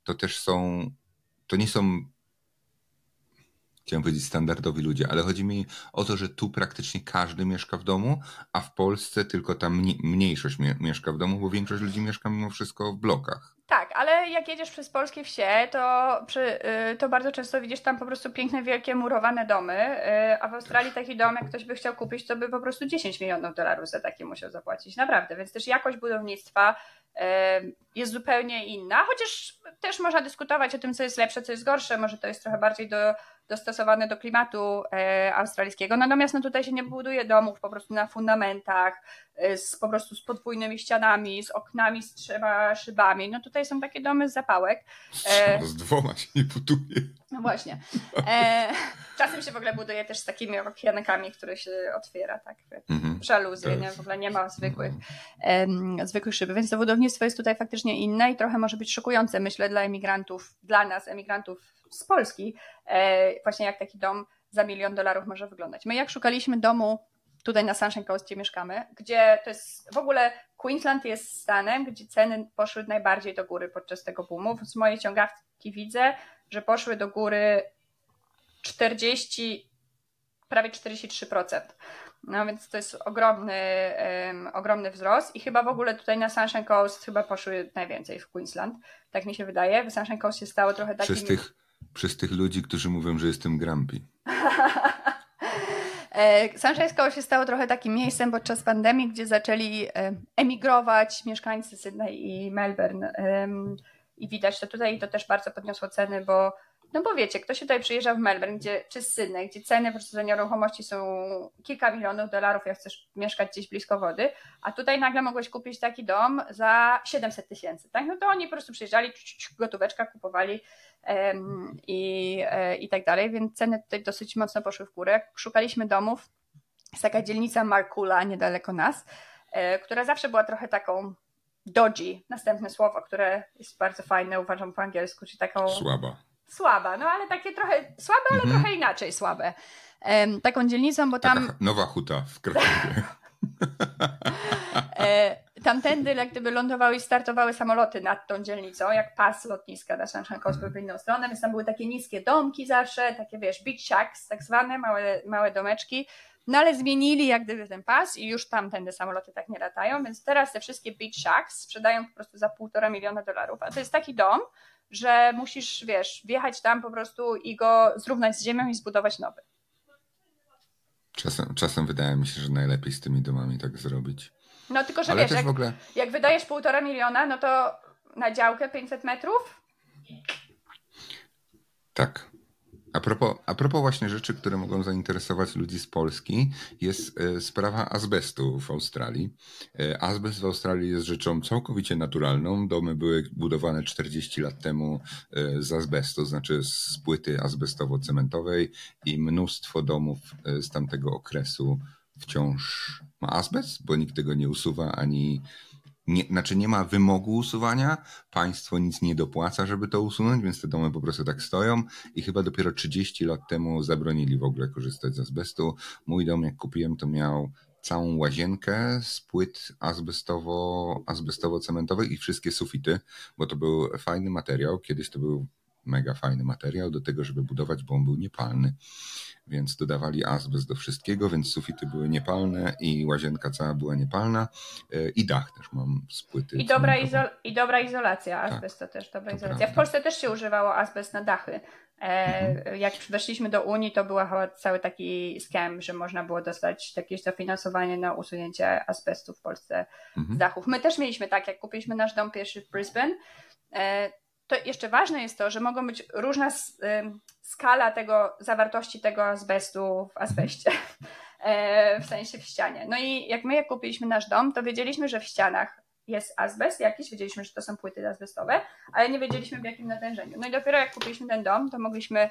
to nie są, chciałem powiedzieć standardowi ludzie, ale chodzi mi o to, że tu praktycznie każdy mieszka w domu, a w Polsce tylko ta mniejszość mieszka w domu, bo większość ludzi mieszka mimo wszystko w blokach. Tak, ale jak jedziesz przez polskie wsie, to bardzo często widzisz tam po prostu piękne, wielkie, murowane domy, a w Australii taki dom, jak ktoś by chciał kupić, to by po prostu $10 milionów za taki musiał zapłacić. Naprawdę, więc też jakość budownictwa jest zupełnie inna, chociaż też można dyskutować o tym, co jest lepsze, co jest gorsze, może to jest trochę bardziej dostosowane do klimatu australijskiego, natomiast no tutaj się nie buduje domów po prostu na fundamentach, po prostu z podwójnymi ścianami, z oknami, z 3 szybami, no tutaj są takie domy z zapałek. Z 2 się nie buduje. No właśnie. Czasem się w ogóle buduje też z takimi okienkami, które się otwiera, tak, żaluzje, nie? W ogóle nie ma zwykłych szyby, więc to budownictwo jest tutaj faktycznie inne i trochę może być szokujące, myślę, dla nas, emigrantów z Polski, właśnie jak taki dom za $1 milion może wyglądać. My jak szukaliśmy domu tutaj na Sunshine Coast, gdzie mieszkamy, gdzie to jest w ogóle Queensland jest stanem, gdzie ceny poszły najbardziej do góry podczas tego boomu. Z mojej ciągawki widzę, że poszły do góry prawie 43%. No więc to jest ogromny wzrost i chyba w ogóle tutaj na Sunshine Coast chyba poszły najwięcej w Queensland. Tak mi się wydaje. W Sunshine Coast się stało trochę takim... Przez tych ludzi, którzy mówią, że jestem grumpy. Sunshine Coast się stało trochę takim miejscem podczas pandemii, gdzie zaczęli emigrować mieszkańcy Sydney i Melbourne i widać to tutaj i to też bardzo podniosło ceny, bo wiecie, ktoś tutaj przyjeżdża w Melbourne czy z Sydney, gdzie ceny po prostu za nieruchomości są kilka milionów dolarów, jak chcesz mieszkać gdzieś blisko wody, a tutaj nagle mogłeś kupić taki dom za 700 000, tak? No to oni po prostu przyjeżdżali, gotóweczka kupowali i tak dalej, więc ceny tutaj dosyć mocno poszły w górę. Szukaliśmy domów, jest taka dzielnica Markula niedaleko nas, która zawsze była trochę taką dodgy, następne słowo, które jest bardzo fajne, uważam po angielsku, czyli taką... Słaba, no ale takie trochę słabe, ale trochę inaczej słabe. Taką dzielnicą, bo tam... Taka Nowa Huta w Krakowie. tamtędy jak gdyby lądowały i startowały samoloty nad tą dzielnicą, jak pas lotniska na Sankt-Kosper w inną stronę, więc tam były takie niskie domki zawsze, takie wiesz, beach shacks tak zwane, małe domeczki, no ale zmienili jak gdyby ten pas i już tamtędy samoloty tak nie latają, więc teraz te wszystkie beach shacks sprzedają po prostu za $1,5 miliona, a to jest taki dom, że musisz, wiesz, wjechać tam po prostu i go zrównać z ziemią i zbudować nowy. Czasem wydaje mi się, że najlepiej z tymi domami tak zrobić. No tylko, że ale wiesz, jak wydajesz $1,5 miliona, no to na działkę 500 metrów? Tak. A propos właśnie rzeczy, które mogą zainteresować ludzi z Polski, jest sprawa azbestu w Australii. Azbest w Australii jest rzeczą całkowicie naturalną. Domy były budowane 40 lat temu z azbestu, znaczy z płyty azbestowo-cementowej i mnóstwo domów z tamtego okresu wciąż ma azbest, bo nikt tego nie usuwa ani... nie ma wymogu usuwania, państwo nic nie dopłaca, żeby to usunąć, więc te domy po prostu tak stoją i chyba dopiero 30 lat temu zabronili w ogóle korzystać z azbestu. Mój dom, jak kupiłem, to miał całą łazienkę z płyt azbestowo-cementowych i wszystkie sufity, bo to był fajny materiał. Kiedyś to był mega fajny materiał do tego, żeby budować, bo on był niepalny. Więc dodawali azbest do wszystkiego, więc sufity były niepalne i łazienka cała była niepalna i dach też mam z płyty. I dobra izolacja, azbest to też dobra izolacja. Prawda. W Polsce też się używało azbest na dachy. Jak weszliśmy do Unii, to była chyba cały taki scam, że można było dostać jakieś dofinansowanie na usunięcie azbestu w Polsce z dachów. My też mieliśmy tak, jak kupiliśmy nasz dom pierwszy w Brisbane, to jeszcze ważne jest to, że mogą być różna skala zawartości tego azbestu w azbeście, w sensie w ścianie. No i jak kupiliśmy nasz dom, to wiedzieliśmy, że w ścianach jest azbest jakiś, wiedzieliśmy, że to są płyty azbestowe, ale nie wiedzieliśmy w jakim natężeniu. No i dopiero jak kupiliśmy ten dom, to mogliśmy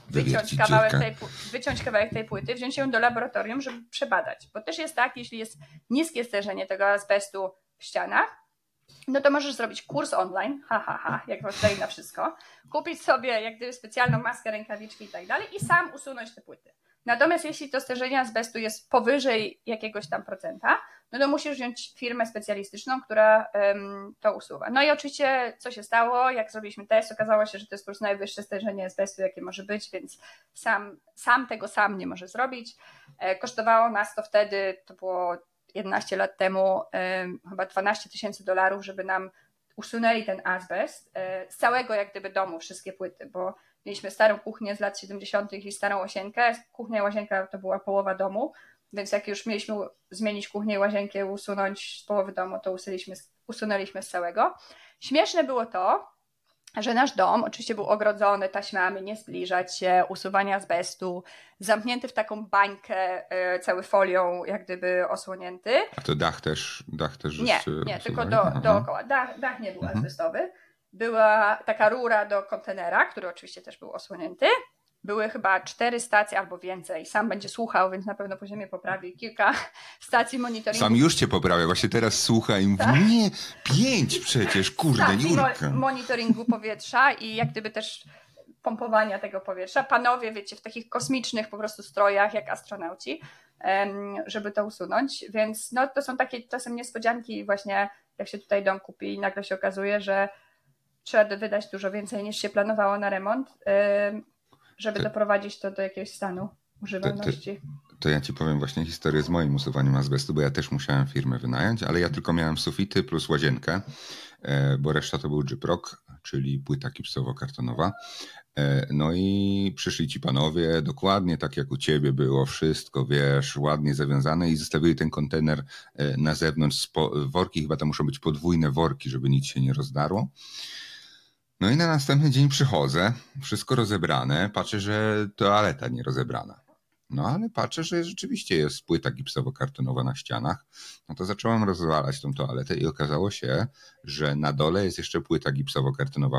wyciąć kawałek tej płyty, wziąć ją do laboratorium, żeby przebadać. Bo też jest tak, jeśli jest niskie stężenie tego azbestu w ścianach, no to możesz zrobić kurs online, jak was daje na wszystko, kupić sobie jak gdyby specjalną maskę, rękawiczki i tak dalej i sam usunąć te płyty. Natomiast jeśli to stężenie azbestu jest powyżej jakiegoś tam procenta, no to musisz wziąć firmę specjalistyczną, która to usuwa. No i oczywiście co się stało, jak zrobiliśmy test, okazało się, że to jest po prostu najwyższe stężenie azbestu, jakie może być, więc sam tego nie może zrobić. Kosztowało nas to wtedy, to było 11 lat temu, chyba $12,000, żeby nam usunęli ten azbest z całego jak gdyby domu, wszystkie płyty, bo mieliśmy starą kuchnię z lat 70. i starą łazienkę. Kuchnia i łazienka to była połowa domu, więc jak już mieliśmy zmienić kuchnię i łazienkę, usunąć z połowy domu, to usunęliśmy z całego. Śmieszne było to, że nasz dom oczywiście był ogrodzony taśmami, nie zbliżać się, usuwanie azbestu, zamknięty w taką bańkę, cały folią jak gdyby osłonięty. A to dach też Nie, tylko dookoła. Dach nie był azbestowy. Była taka rura do kontenera, który oczywiście też był osłonięty. Były chyba 4 stacje albo więcej. Sam będzie słuchał, więc na pewno później mnie poprawi. Kilka stacji monitoringu. Sam już cię poprawia. Właśnie teraz słucha i mówi, nie, 5 przecież, kurde, Jurka. Monitoringu powietrza i jak gdyby też pompowania tego powietrza. Panowie, wiecie, w takich kosmicznych po prostu strojach, jak astronauci, żeby to usunąć. Więc no, to są takie czasem niespodzianki właśnie, jak się tutaj dom kupi i nagle się okazuje, że trzeba wydać dużo więcej niż się planowało na remont, żeby doprowadzić to do jakiegoś stanu używalności. To ja ci powiem właśnie historię z moim usuwaniem azbestu, bo ja też musiałem firmę wynająć, ale ja tylko miałem sufity plus łazienkę, bo reszta to był gyprock, czyli płyta gipsowo-kartonowa. No i przyszli ci panowie, dokładnie tak jak u ciebie było, wszystko, wiesz, ładnie zawiązane i zostawili ten kontener na zewnątrz, worki, chyba tam muszą być podwójne worki, żeby nic się nie rozdarło. No i na następny dzień przychodzę, wszystko rozebrane, patrzę, że toaleta nie rozebrana. No ale patrzę, że rzeczywiście jest płyta gipsowo-kartonowa na ścianach. No to zacząłem rozwalać tą toaletę i okazało się, że na dole jest jeszcze płyta gipsowo-kartonowa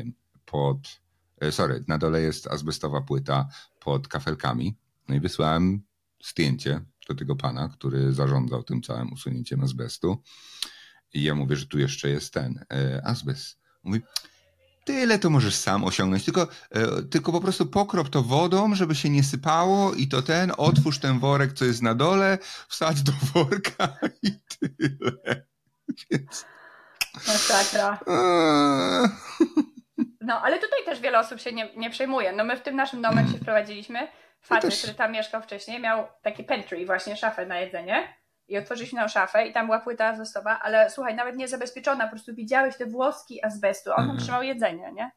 na dole jest azbestowa płyta pod kafelkami. No i wysłałem zdjęcie do tego pana, który zarządzał tym całym usunięciem azbestu. I ja mówię, że tu jeszcze jest ten azbest. Mówi, tyle to możesz sam osiągnąć, tylko po prostu pokrop to wodą, żeby się nie sypało i otwórz ten worek, co jest na dole, wsadź do worka i tyle. Więc... Masakra. No, ale tutaj też wiele osób się nie przejmuje. No my w tym naszym domu się wprowadziliśmy. Facet, który tam mieszkał wcześniej, miał taki pantry, właśnie szafę na jedzenie. I otworzyliśmy tą szafę i tam była płyta azbestowa, ale słuchaj, nawet nie zabezpieczona, po prostu widziałeś te włoski azbestu. On tam trzymał jedzenie, nie?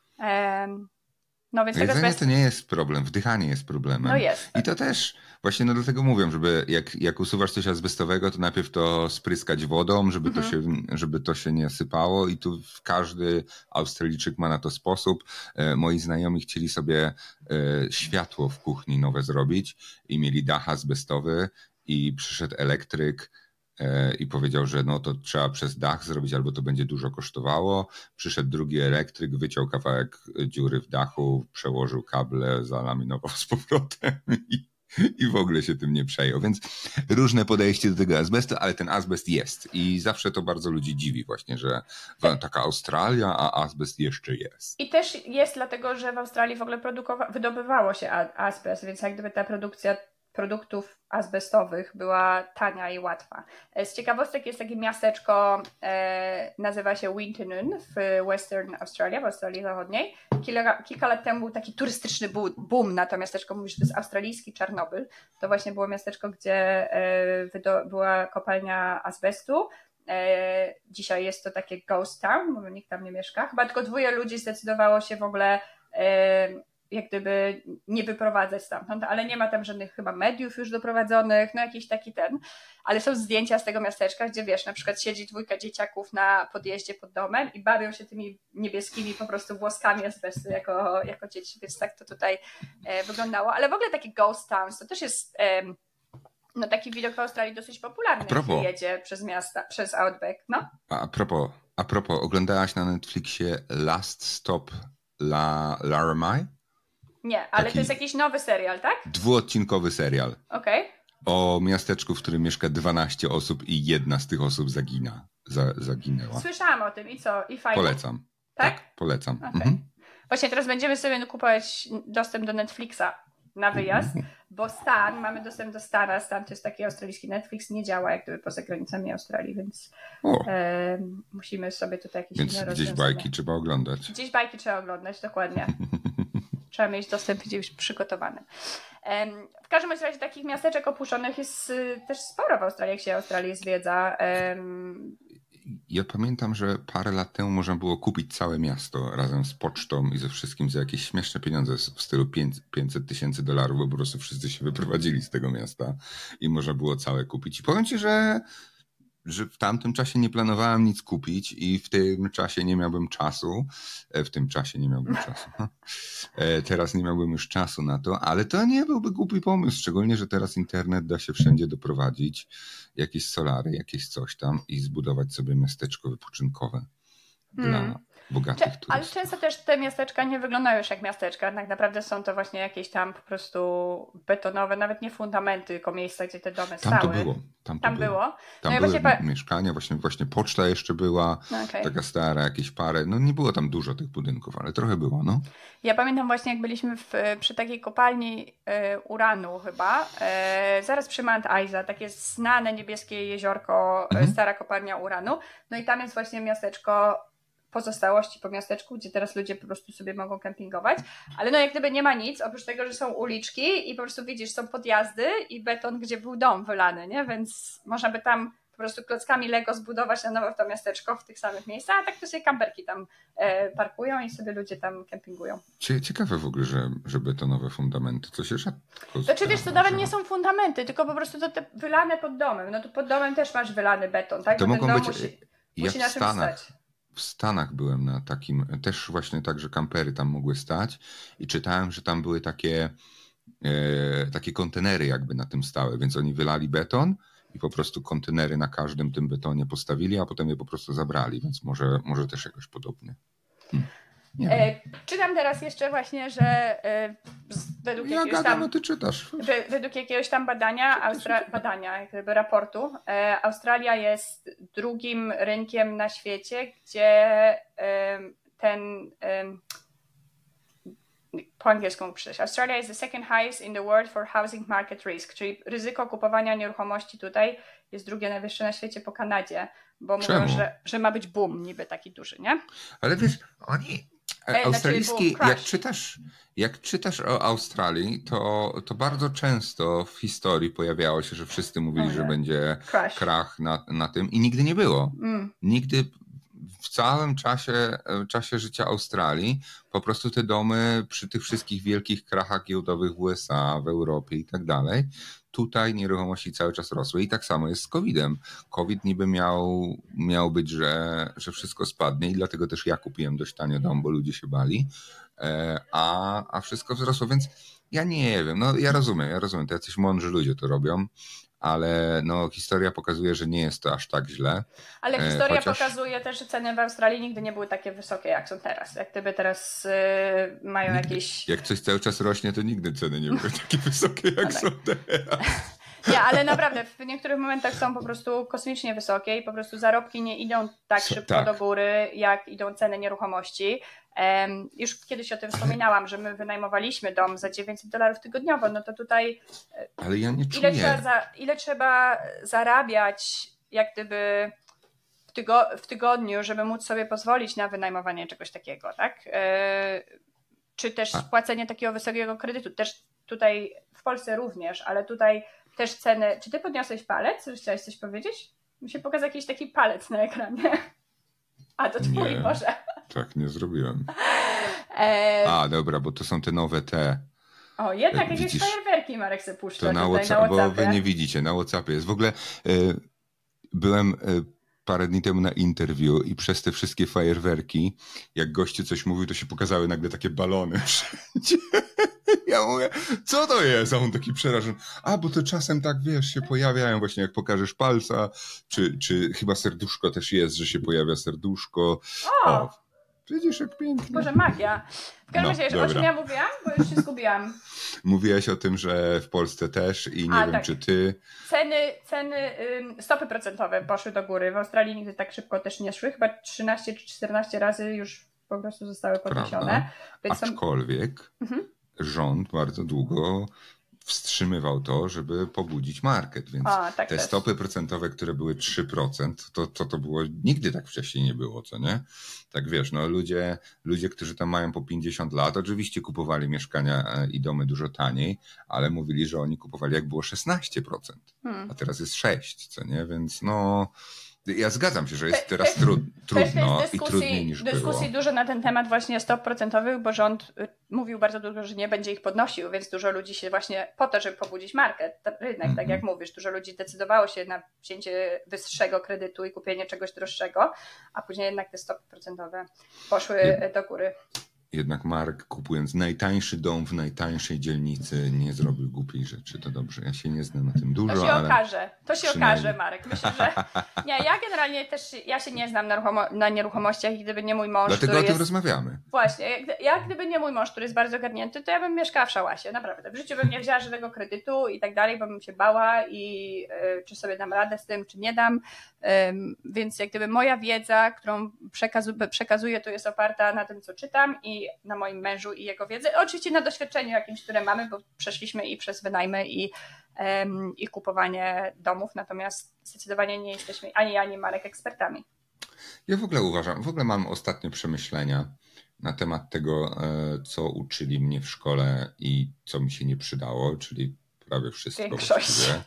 No więc jedzenie to nie jest problem, wdychanie jest problemem. No jest. I to też, właśnie no dlatego mówią, żeby jak usuwasz coś azbestowego, to najpierw to spryskać wodą, żeby to się nie sypało i tu każdy Australijczyk ma na to sposób. Moi znajomi chcieli sobie światło w kuchni nowe zrobić i mieli dach azbestowy i przyszedł elektryk i powiedział, że no to trzeba przez dach zrobić, albo to będzie dużo kosztowało. Przyszedł drugi elektryk, wyciął kawałek dziury w dachu, przełożył kable, zalaminował z powrotem i w ogóle się tym nie przejął. Więc różne podejście do tego azbestu, ale ten azbest jest i zawsze to bardzo ludzi dziwi właśnie, że taka Australia, a azbest jeszcze jest. I też jest dlatego, że w Australii w ogóle wydobywało się azbest, więc jak gdyby ta produkcja produktów azbestowych była tania i łatwa. Z ciekawostek jest takie miasteczko, nazywa się Wintonun w Western Australia, w Australii Zachodniej. Kilka lat temu był taki turystyczny boom na to miasteczko, mówisz, że to jest australijski Czarnobyl. To właśnie było miasteczko, gdzie była kopalnia azbestu. Dzisiaj jest to takie ghost town, bo nikt tam nie mieszka. Chyba tylko 2 ludzi zdecydowało się w ogóle jak gdyby nie wyprowadzać stamtąd, ale nie ma tam żadnych chyba mediów już doprowadzonych, no jakiś taki ale są zdjęcia z tego miasteczka, gdzie wiesz, na przykład siedzi 2 dzieciaków na podjeździe pod domem i bawią się tymi niebieskimi po prostu włoskami azbestu jako dzieci, więc tak to tutaj wyglądało, ale w ogóle takie ghost towns, to też jest no taki widok w Australii dosyć popularny, jak jedzie przez miasta, przez Outback, no. A propos, oglądałaś na Netflixie Last Stop Laramie? Nie, ale to jest jakiś nowy serial, tak? 2-odcinkowy serial. Okej. O miasteczku, w którym mieszka 12 osób i jedna z tych osób zaginęła. Słyszałam o tym i co? I fajnie? Polecam. Tak, polecam. Okay. Właśnie teraz będziemy sobie kupować dostęp do Netflixa na wyjazd, bo mamy dostęp do Stana. Stan to jest taki australijski Netflix, nie działa jak gdyby poza granicami Australii, więc musimy sobie tutaj jakieś inne rozwiązania. Gdzieś bajki trzeba oglądać. Gdzieś bajki trzeba oglądać, dokładnie. Trzeba mieć dostęp gdzieś już przygotowany. W każdym razie takich miasteczek opuszczonych jest też sporo w Australii, jak się Australię zwiedza. Ja pamiętam, że parę lat temu można było kupić całe miasto razem z pocztą i ze wszystkim za jakieś śmieszne pieniądze w stylu $500,000, bo po prostu wszyscy się wyprowadzili z tego miasta i można było całe kupić. I powiem ci, że w tamtym czasie nie planowałem nic kupić i w tym czasie nie miałbym czasu. Teraz nie miałbym już czasu na to, ale to nie byłby głupi pomysł, szczególnie, że teraz internet da się wszędzie doprowadzić, jakieś solary, jakieś coś tam i zbudować sobie miasteczko wypoczynkowe dla bogatych turystów. Ale często też te miasteczka nie wyglądają już jak miasteczka, tak naprawdę są to właśnie jakieś tam po prostu betonowe, nawet nie fundamenty, tylko miejsca, gdzie te domy stały. Tam było. Tam były mieszkania, właśnie poczta jeszcze była, taka stara, jakieś parę, no nie było tam dużo tych budynków, ale trochę było, no. Ja pamiętam właśnie, jak byliśmy przy takiej kopalni uranu chyba, zaraz przy Mount Isa, takie znane niebieskie jeziorko, stara kopalnia uranu, no i tam jest właśnie miasteczko, pozostałości po miasteczku, gdzie teraz ludzie po prostu sobie mogą kempingować, ale no jak gdyby nie ma nic, oprócz tego, że są uliczki i po prostu widzisz, są podjazdy i beton, gdzie był dom wylany, nie? Więc można by tam po prostu klockami Lego zbudować na nowo to miasteczko w tych samych miejscach, a tak to sobie kamperki tam parkują i sobie ludzie tam kempingują. Ciekawe w ogóle, że betonowe fundamenty, to się rzadko to czy wiesz, to nawet nie są fundamenty, tylko po prostu to te wylane pod domem, no to pod domem też masz wylany beton, tak? To bo mogą ten dom być, musi na czymś stać. W Stanach byłem na takim, też właśnie tak, że kampery tam mogły stać i czytałem, że tam były takie kontenery jakby na tym stały, więc oni wylali beton i po prostu kontenery na każdym tym betonie postawili, a potem je po prostu zabrali, więc może też jakoś podobnie. Czytam teraz jeszcze właśnie, że według jakiegoś tam badania, jakby raportu, Australia jest drugim rynkiem na świecie, gdzie po angielsku mógł przeczytać. Australia is the second highest in the world for housing market risk, czyli ryzyko kupowania nieruchomości tutaj jest drugie najwyższe na świecie po Kanadzie, bo mówią, że ma być boom niby taki duży, nie? Ale wiesz, oni... Australijski, jak czytasz o Australii, to bardzo często w historii pojawiało się, że wszyscy mówili, że będzie krach na tym i nigdy nie było. Nigdy w całym czasie życia Australii po prostu te domy przy tych wszystkich wielkich krachach giełdowych w USA, w Europie i tak dalej, tutaj nieruchomości cały czas rosły i tak samo jest z COVID-em. COVID niby miał być, że wszystko spadnie i dlatego też ja kupiłem dość tanio dom, bo ludzie się bali, a wszystko wzrosło, więc ja nie wiem, no ja rozumiem, to jacyś mądrzy ludzie to robią, ale no historia pokazuje, że nie jest to aż tak źle. Ale historia pokazuje też, że ceny w Australii nigdy nie były takie wysokie, jak są teraz. Jak gdyby teraz mają jakieś... Jak coś cały czas rośnie, to nigdy ceny nie były takie wysokie, jak są teraz. Nie, ale naprawdę w niektórych momentach są po prostu kosmicznie wysokie i po prostu zarobki nie idą tak szybko do góry, jak idą ceny nieruchomości. Już kiedyś o tym wspominałam, że my wynajmowaliśmy dom za $900 tygodniowo, no to tutaj ale ja nie czuję. Ile trzeba zarabiać jak gdyby w tygodniu, żeby móc sobie pozwolić na wynajmowanie czegoś takiego, tak? Czy też spłacenie takiego wysokiego kredytu, też tutaj w Polsce również, ale tutaj też ceny... Czy ty podniosłeś palec? Czy chciałeś coś powiedzieć? Mi się pokazał jakiś taki palec na ekranie. A, to twój, nie, Boże. Tak, nie zrobiłem. Dobra, bo to są te nowe te... O, jednak jakieś fajerwerki Marek se puszcza to na WhatsAppie. Bo wy nie widzicie, na WhatsAppie jest. W ogóle byłem parę dni temu na interview i przez te wszystkie fajerwerki, jak gościu coś mówił, to się pokazały nagle takie balony wszędzie. Ja mówię, co to jest? A on taki przerażony. Bo to czasem tak, wiesz, się pojawiają właśnie jak pokażesz palca, czy chyba serduszko też jest, że się pojawia serduszko. O, widzisz jak pięknie. Boże, magia. W każdym razie, o czym ja mówiłam? Bo już się zgubiłam. Mówiłaś o tym, że w Polsce też i nie wiem, czy ty... Ceny, stopy procentowe poszły do góry. W Australii nigdy tak szybko też nie szły. Chyba 13 czy 14 razy już po prostu zostały podniesione. Więc aczkolwiek rząd bardzo długo wstrzymywał to, żeby pobudzić market, więc te stopy procentowe, które były 3%, to było, nigdy tak wcześniej nie było, co nie? Tak wiesz, no ludzie, którzy tam mają po 50 lat, oczywiście kupowali mieszkania i domy dużo taniej, ale mówili, że oni kupowali jak było 16%, a teraz jest 6%, co nie? Więc no... Ja zgadzam się, że jest teraz trudno i trudniej niż było. Dyskusji dużo na ten temat właśnie stop procentowych, bo rząd mówił bardzo dużo, że nie będzie ich podnosił, więc dużo ludzi się właśnie po to, żeby pobudzić rynek, tak jak mówisz, dużo ludzi decydowało się na wzięcie wyższego kredytu i kupienie czegoś droższego, a później jednak te stopy procentowe poszły do góry. Jednak Marek, kupując najtańszy dom w najtańszej dzielnicy, nie zrobił głupiej rzeczy. To dobrze, ja się nie znam na tym dużo, To się okaże, Marek. Myślę, że... Nie, ja generalnie też, ja się nie znam na nieruchomościach i gdyby nie mój mąż, dlatego o tym rozmawiamy. Właśnie, gdyby nie mój mąż, który jest bardzo ogarnięty, to ja bym mieszkała w szałasie, naprawdę. W życiu bym nie wzięła żadnego kredytu i tak dalej, bo bym się bała i czy sobie dam radę z tym, czy nie dam. Więc jak gdyby moja wiedza, którą przekazuję, to jest oparta na tym, co czytam i na moim mężu i jego wiedzy. Oczywiście na doświadczeniu jakimś, które mamy, bo przeszliśmy i przez wynajmy i kupowanie domów, natomiast zdecydowanie nie jesteśmy ani ja, ani Marek ekspertami. Ja w ogóle uważam, mam ostatnie przemyślenia na temat tego, co uczyli mnie w szkole i co mi się nie przydało, czyli prawie wszystko właściwie.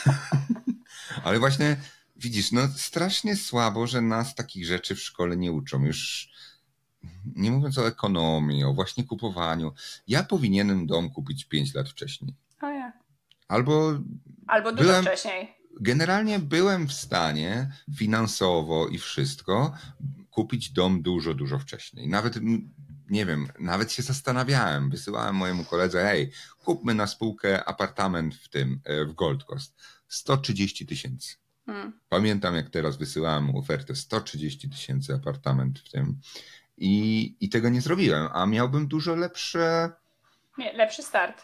Ale właśnie widzisz, no strasznie słabo, że nas takich rzeczy w szkole nie uczą. Już nie mówiąc o ekonomii, o właśnie kupowaniu. Ja powinienem dom kupić 5 lat wcześniej. Albo dużo wcześniej. Generalnie byłem w stanie finansowo i wszystko kupić dom dużo, dużo wcześniej. Nawet, nie wiem, nawet się zastanawiałem. Wysyłałem mojemu koledze, hej, kupmy na spółkę apartament w Gold Coast. 130 000. Pamiętam, jak teraz wysyłałem mu ofertę 130 000 apartament w tym. I tego nie zrobiłem, a miałbym dużo lepszy start.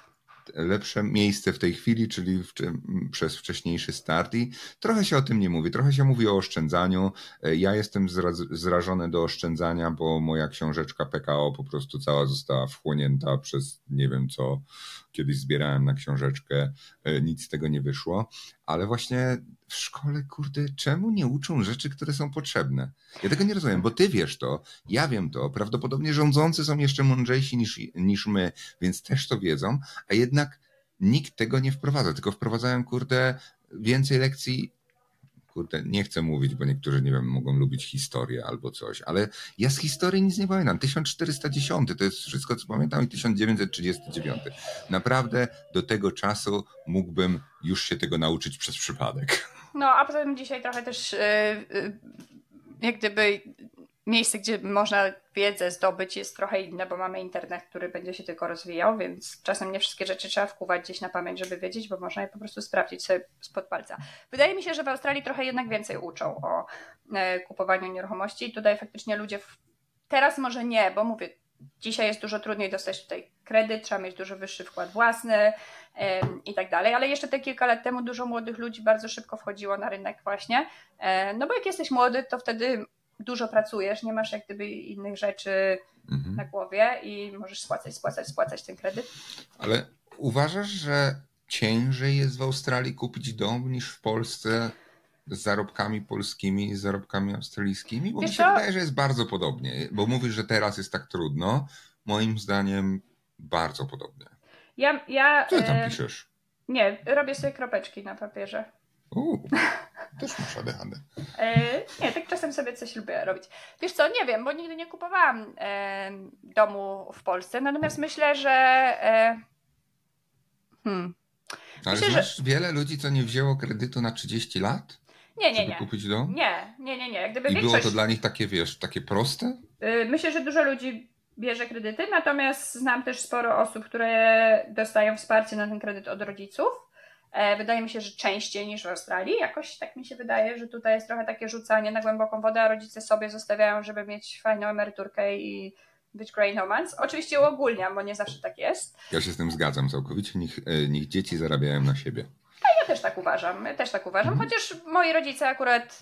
lepsze miejsce w tej chwili, czyli przez wcześniejszy start i trochę się o tym nie mówi, trochę się mówi o oszczędzaniu. Ja jestem zrażony do oszczędzania, bo moja książeczka PKO po prostu cała została wchłonięta przez nie wiem co, kiedyś zbierałem na książeczkę, nic z tego nie wyszło, ale właśnie w szkole, kurde, czemu nie uczą rzeczy, które są potrzebne? Ja tego nie rozumiem, bo ty wiesz to, ja wiem to, prawdopodobnie rządzący są jeszcze mądrzejsi niż my, więc też to wiedzą, a jednak nikt tego nie wprowadza, tylko wprowadzają, kurde, więcej lekcji. Kurde, nie chcę mówić, bo niektórzy, nie wiem, mogą lubić historię albo coś, ale ja z historii nic nie pamiętam. 1410 to jest wszystko, co pamiętam i 1939. Naprawdę do tego czasu mógłbym już się tego nauczyć przez przypadek. No, a poza tym dzisiaj trochę też jak gdyby miejsce, gdzie można wiedzę zdobyć jest trochę inne, bo mamy internet, który będzie się tylko rozwijał, więc czasem nie wszystkie rzeczy trzeba wkuwać gdzieś na pamięć, żeby wiedzieć, bo można je po prostu sprawdzić sobie spod palca. Wydaje mi się, że w Australii trochę jednak więcej uczą o kupowaniu nieruchomości. Tutaj faktycznie ludzie, teraz może nie, bo mówię, dzisiaj jest dużo trudniej dostać tutaj kredyt, trzeba mieć dużo wyższy wkład własny i tak dalej, ale jeszcze te kilka lat temu dużo młodych ludzi bardzo szybko wchodziło na rynek właśnie, no bo jak jesteś młody, to wtedy dużo pracujesz, nie masz jak gdyby innych rzeczy na głowie i możesz spłacać ten kredyt. Ale uważasz, że ciężej jest w Australii kupić dom niż w Polsce z zarobkami polskimi i z zarobkami australijskimi? Bo mi się wydaje, że jest bardzo podobnie, bo mówisz, że teraz jest tak trudno. Moim zdaniem bardzo podobnie. Co ty tam piszesz? Nie, robię sobie kropeczki na papierze. Też masz ADHD. Nie, tak czasem sobie coś lubię robić. Wiesz co, nie wiem, bo nigdy nie kupowałam domu w Polsce, natomiast myślę, że Ale znasz wiele ludzi, co nie wzięło kredytu na 30 lat? Nie. Kupić dom? Nie. Jak gdyby I było to dla nich takie, wiesz, takie proste? Myślę, że dużo ludzi bierze kredyty, natomiast znam też sporo osób, które dostają wsparcie na ten kredyt od rodziców. Wydaje mi się, że częściej niż w Australii. Jakoś tak mi się wydaje, że tutaj jest trochę takie rzucanie na głęboką wodę, a rodzice sobie zostawiają, żeby mieć fajną emeryturkę i być grey nomads. Oczywiście uogólniam, bo nie zawsze tak jest. Ja się z tym zgadzam całkowicie. Niech dzieci zarabiają na siebie. Ja też tak uważam. Chociaż moi rodzice akurat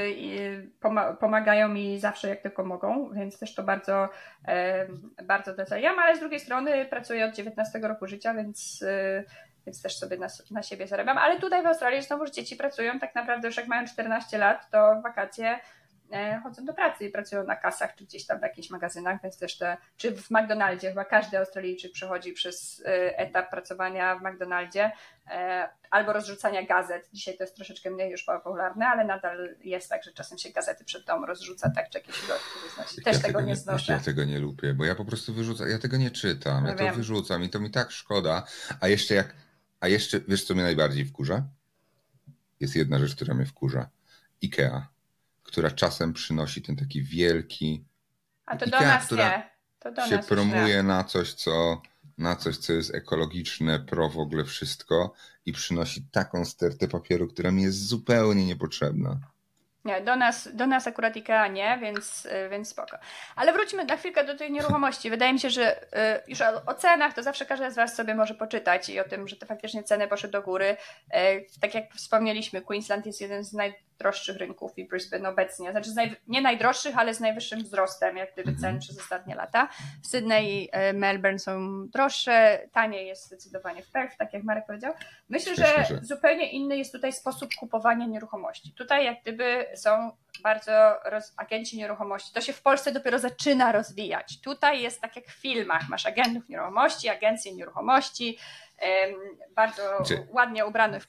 pomagają mi zawsze jak tylko mogą, więc też to bardzo, bardzo doceniam, ale z drugiej strony pracuję od 19 roku życia, więc też sobie na siebie zarabiam. Ale tutaj w Australii znowuż dzieci pracują, tak naprawdę już jak mają 14 lat, to w wakacje chodzą do pracy i pracują na kasach, czy gdzieś tam w jakichś magazynach, więc też czy w McDonaldzie, chyba każdy Australijczyk przechodzi przez etap pracowania w McDonaldzie albo rozrzucania gazet. Dzisiaj to jest troszeczkę mniej już popularne, ale nadal jest tak, że czasem się gazety przed dom rozrzuca, tak, czy jakieś ulotki. Też tego nie znoszę. Ja tego nie lubię, bo ja po prostu wyrzucam, ja tego nie czytam, ja to wyrzucam i to mi tak szkoda, a jeszcze wiesz, co mnie najbardziej wkurza? Jest jedna rzecz, która mnie wkurza. IKEA, która czasem przynosi ten taki wielki... A to IKEA, do nas nie. To do się nas promuje na coś, co jest ekologiczne, w ogóle wszystko i przynosi taką stertę papieru, która mi jest zupełnie niepotrzebna. Nie, do nas akurat IKEA nie, więc spoko. Ale wróćmy na chwilkę do tej nieruchomości. Wydaje mi się, że już o cenach to zawsze każdy z Was sobie może poczytać i o tym, że te faktycznie ceny poszły do góry. Tak jak wspomnieliśmy, Queensland jest jeden z najdroższych rynków i Brisbane obecnie. Znaczy nie najdroższych, ale z najwyższym wzrostem jak gdyby cen przez ostatnie lata. Sydney i Melbourne są droższe, taniej jest zdecydowanie w Perth, tak jak Marek powiedział. Myślę, że zupełnie inny jest tutaj sposób kupowania nieruchomości. Tutaj jak gdyby są bardzo agenci nieruchomości. To się w Polsce dopiero zaczyna rozwijać. Tutaj jest tak jak w filmach. Masz agentów nieruchomości, agencje nieruchomości, bardzo ładnie ubranych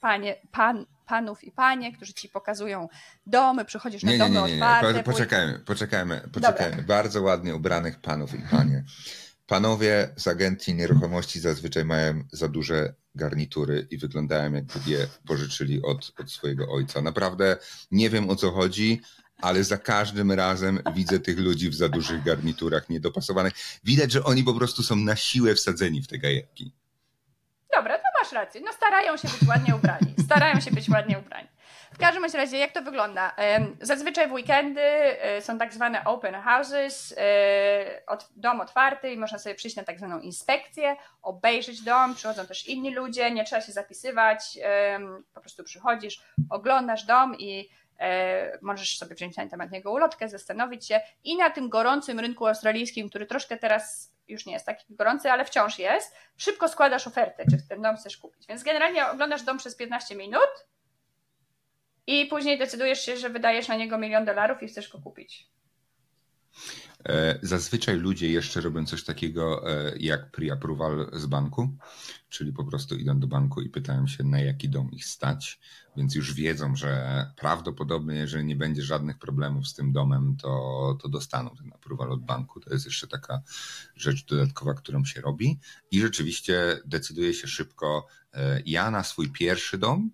panów i panie, którzy ci pokazują domy, przychodzisz na domy otwarte. Poczekajmy. Bardzo ładnie ubranych panów i panie. Panowie z agencji nieruchomości zazwyczaj mają za duże garnitury i wyglądają jakby je pożyczyli od swojego ojca. Naprawdę nie wiem, o co chodzi, ale za każdym razem widzę tych ludzi w za dużych garniturach, niedopasowanych. Widać, że oni po prostu są na siłę wsadzeni w te gajerki. Dobra, to masz rację. No starają się być ładnie ubrani. W każdym razie, jak to wygląda? Zazwyczaj w weekendy są tak zwane open houses, dom otwarty i można sobie przyjść na tak zwaną inspekcję, obejrzeć dom, przychodzą też inni ludzie, nie trzeba się zapisywać, po prostu przychodzisz, oglądasz dom i możesz sobie wziąć na temat niego ulotkę, zastanowić się i na tym gorącym rynku australijskim, który troszkę teraz już nie jest taki gorący, ale wciąż jest, szybko składasz ofertę, czy ten dom chcesz kupić. Więc generalnie oglądasz dom przez 15 minut i później decydujesz się, że wydajesz na niego $1 milion i chcesz go kupić. Zazwyczaj ludzie jeszcze robią coś takiego jak pre-approval z banku, czyli po prostu idą do banku i pytają się, na jaki dom ich stać, więc już wiedzą, że prawdopodobnie, jeżeli nie będzie żadnych problemów z tym domem, to dostaną ten approval od banku. To jest jeszcze taka rzecz dodatkowa, którą się robi i rzeczywiście decyduje się szybko. Ja na swój pierwszy dom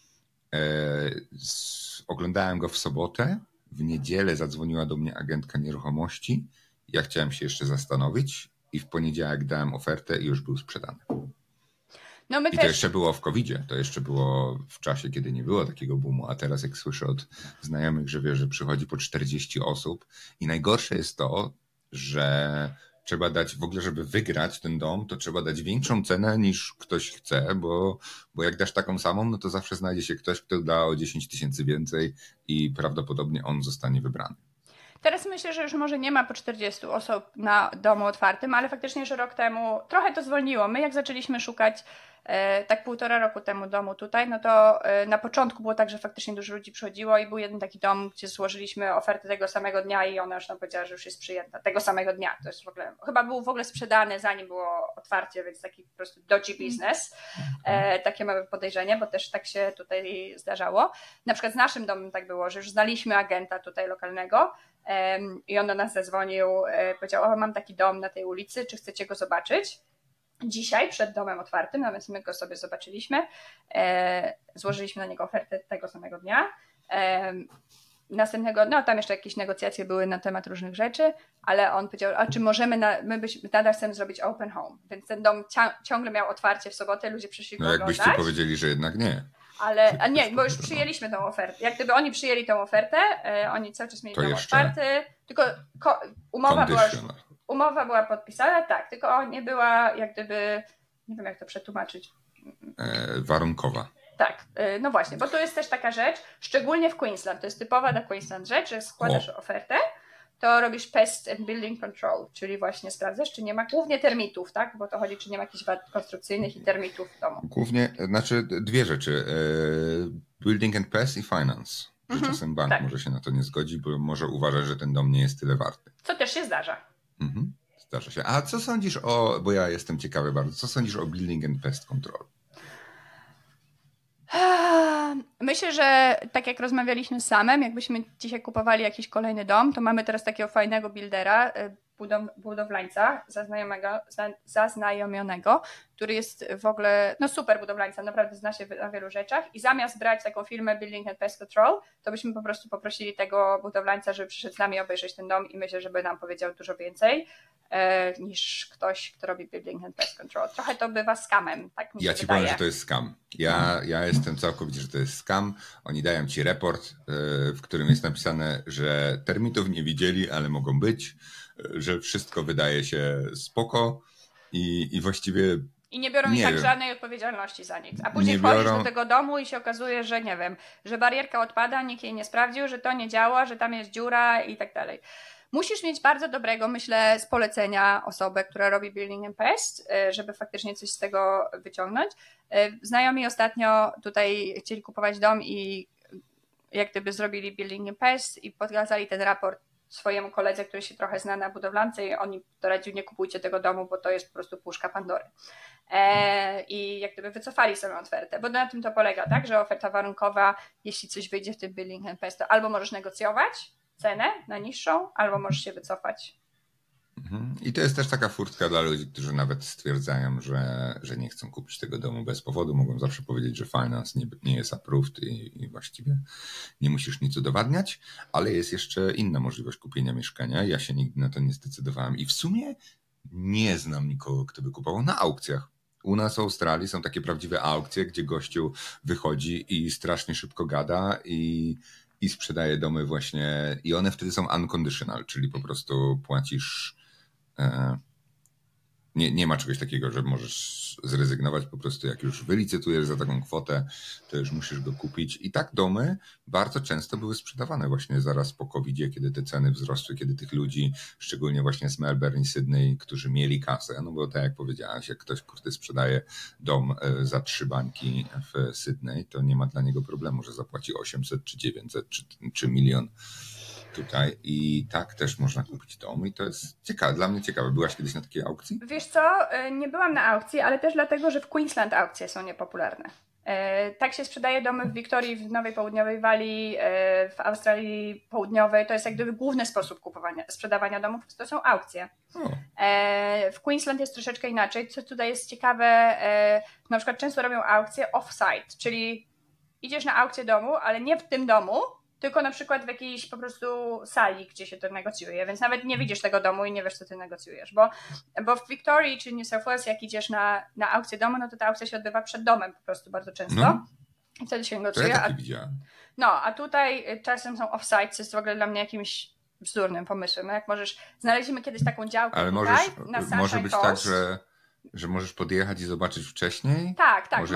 oglądałem go w sobotę. W niedzielę zadzwoniła do mnie agentka nieruchomości. Ja chciałem się jeszcze zastanowić i w poniedziałek dałem ofertę i już był sprzedany. No my I też... to jeszcze było w COVID-zie. To jeszcze było w czasie, kiedy nie było takiego boomu. A teraz jak słyszę od znajomych, że wie, że przychodzi po 40 osób. I najgorsze jest to, że trzeba dać, w ogóle żeby wygrać ten dom, to trzeba dać większą cenę niż ktoś chce, bo jak dasz taką samą, no to zawsze znajdzie się ktoś, kto da o 10 000 więcej i prawdopodobnie on zostanie wybrany. Teraz myślę, że już może nie ma po 40 osób na domu otwartym, ale faktycznie, że rok temu trochę to zwolniło. My jak zaczęliśmy szukać tak 1,5 roku temu domu tutaj, no to na początku było tak, że faktycznie dużo ludzi przychodziło i był jeden taki dom, gdzie złożyliśmy ofertę tego samego dnia i ona już nam powiedziała, że już jest przyjęta tego samego dnia. To jest w ogóle, chyba był w ogóle sprzedany zanim było otwarcie, więc taki po prostu dodgy business. Takie mamy podejrzenie, bo też tak się tutaj zdarzało. Na przykład z naszym domem tak było, że już znaliśmy agenta tutaj lokalnego i on do nas zadzwonił, powiedział, o mam taki dom na tej ulicy, czy chcecie go zobaczyć? Dzisiaj przed domem otwartym, nawet my go sobie zobaczyliśmy, złożyliśmy na niego ofertę tego samego dnia. Następnego, no tam jeszcze jakieś negocjacje były na temat różnych rzeczy, ale on powiedział, a czy możemy, my nadal chcemy zrobić open home, więc ten dom ciągle miał otwarcie w sobotę, ludzie przyszli go oglądać. Jakbyście powiedzieli, że jednak nie. A nie, bo już przyjęliśmy tą ofertę. Jak gdyby oni przyjęli tą ofertę, oni cały czas mieli dom otwarty, tylko umowa była podpisana, tak, tylko nie była jak gdyby, nie wiem jak to przetłumaczyć. Warunkowa. Tak, no właśnie, bo to jest też taka rzecz, szczególnie w Queensland, to jest typowa dla Queensland rzecz, że składasz ofertę, to robisz Pest and Building Control, czyli właśnie sprawdzasz, czy nie ma głównie termitów, tak, bo to chodzi, czy nie ma jakichś wad konstrukcyjnych i termitów w domu. Głównie, znaczy dwie rzeczy, Building and Pest i Finance, że czasem bank może się na to nie zgodzi, bo może uważać, że ten dom nie jest tyle warty. Co też się zdarza. Zdarza się. A co sądzisz bo ja jestem ciekawy bardzo, co sądzisz o Building and Pest Control? Myślę, że tak jak rozmawialiśmy z Samem, jakbyśmy dzisiaj kupowali jakiś kolejny dom, to mamy teraz takiego fajnego buildera, budowlańca zaznajomionego, który jest w ogóle super budowlańca, naprawdę zna się na wielu rzeczach i zamiast brać taką firmę Building and Pest Control, to byśmy po prostu poprosili tego budowlańca, żeby przyszedł z nami obejrzeć ten dom i myślę, żeby nam powiedział dużo więcej niż ktoś, kto robi Building and Pest Control. Trochę to bywa scamem, tak mi się Ja ci wydaje. powiem, że to jest scam. Ja jestem całkowicie, że to jest scam. Oni dają ci raport, w którym jest napisane, że termitów nie widzieli, ale mogą być, że wszystko wydaje się spoko i właściwie... I nie biorą żadnej odpowiedzialności za nic. A później wchodzisz do tego domu i się okazuje, że nie wiem, że barierka odpada, nikt jej nie sprawdził, że to nie działa, że tam jest dziura i tak dalej. Musisz mieć bardzo dobrego, myślę, z polecenia osobę, która robi Building and Pest, żeby faktycznie coś z tego wyciągnąć. Znajomi ostatnio tutaj chcieli kupować dom i jak gdyby zrobili Building and Pest i pokazali ten raport swojemu koledze, który się trochę zna na budowlance i oni doradził, nie kupujcie tego domu, bo to jest po prostu puszka Pandory. I jak gdyby wycofali sobie ofertę, bo na tym to polega, tak, że oferta warunkowa, jeśli coś wyjdzie w tym Building and Pest, to albo możesz negocjować cenę na niższą, albo możesz się wycofać. I to jest też taka furtka dla ludzi, którzy nawet stwierdzają, że nie chcą kupić tego domu bez powodu. Mogą zawsze powiedzieć, że finance nie jest approved i właściwie nie musisz nic udowadniać, ale jest jeszcze inna możliwość kupienia mieszkania. Ja się nigdy na to nie zdecydowałem i w sumie nie znam nikogo, kto by kupował na aukcjach. U nas w Australii są takie prawdziwe aukcje, gdzie gościu wychodzi i strasznie szybko gada i sprzedaje domy właśnie i one wtedy są unconditional, czyli po prostu płacisz nie ma czegoś takiego, że możesz zrezygnować, po prostu jak już wylicytujesz za taką kwotę, to już musisz go kupić. I tak domy bardzo często były sprzedawane właśnie zaraz po COVID-zie, kiedy te ceny wzrosły, kiedy tych ludzi, szczególnie właśnie z Melbourne i Sydney, którzy mieli kasę, no bo tak jak powiedziałaś, jak ktoś sprzedaje dom za 3 bańki w Sydney, to nie ma dla niego problemu, że zapłaci 800 czy 900 czy milion tutaj i tak też można kupić dom i to jest ciekawe, dla mnie ciekawe. Byłaś kiedyś na takiej aukcji? Wiesz co, nie byłam na aukcji, ale też dlatego, że w Queensland aukcje są niepopularne. Tak się sprzedaje domy w Wiktorii, w Nowej Południowej Walii, w Australii Południowej. To jest jak gdyby główny sposób sprzedawania domów, to są aukcje. W Queensland jest troszeczkę inaczej. Co tutaj jest ciekawe, na przykład często robią aukcje off-site, czyli idziesz na aukcję domu, ale nie w tym domu, tylko na przykład w jakiejś po prostu sali, gdzie się to negocjuje, więc nawet nie widzisz tego domu i nie wiesz, co ty negocjujesz, bo w Wiktorii czy New South Wales, jak idziesz na aukcję domu, no to ta aukcja się odbywa przed domem po prostu bardzo często i wtedy się negocjuje. To ja taki widziałem. No, a tutaj czasem są off-site, co jest w ogóle dla mnie jakimś bzdurnym pomysłem. No jak znaleźliśmy kiedyś taką działkę ale tutaj na Sunshine może być Coast. Tak, że możesz podjechać i zobaczyć wcześniej? Tak, może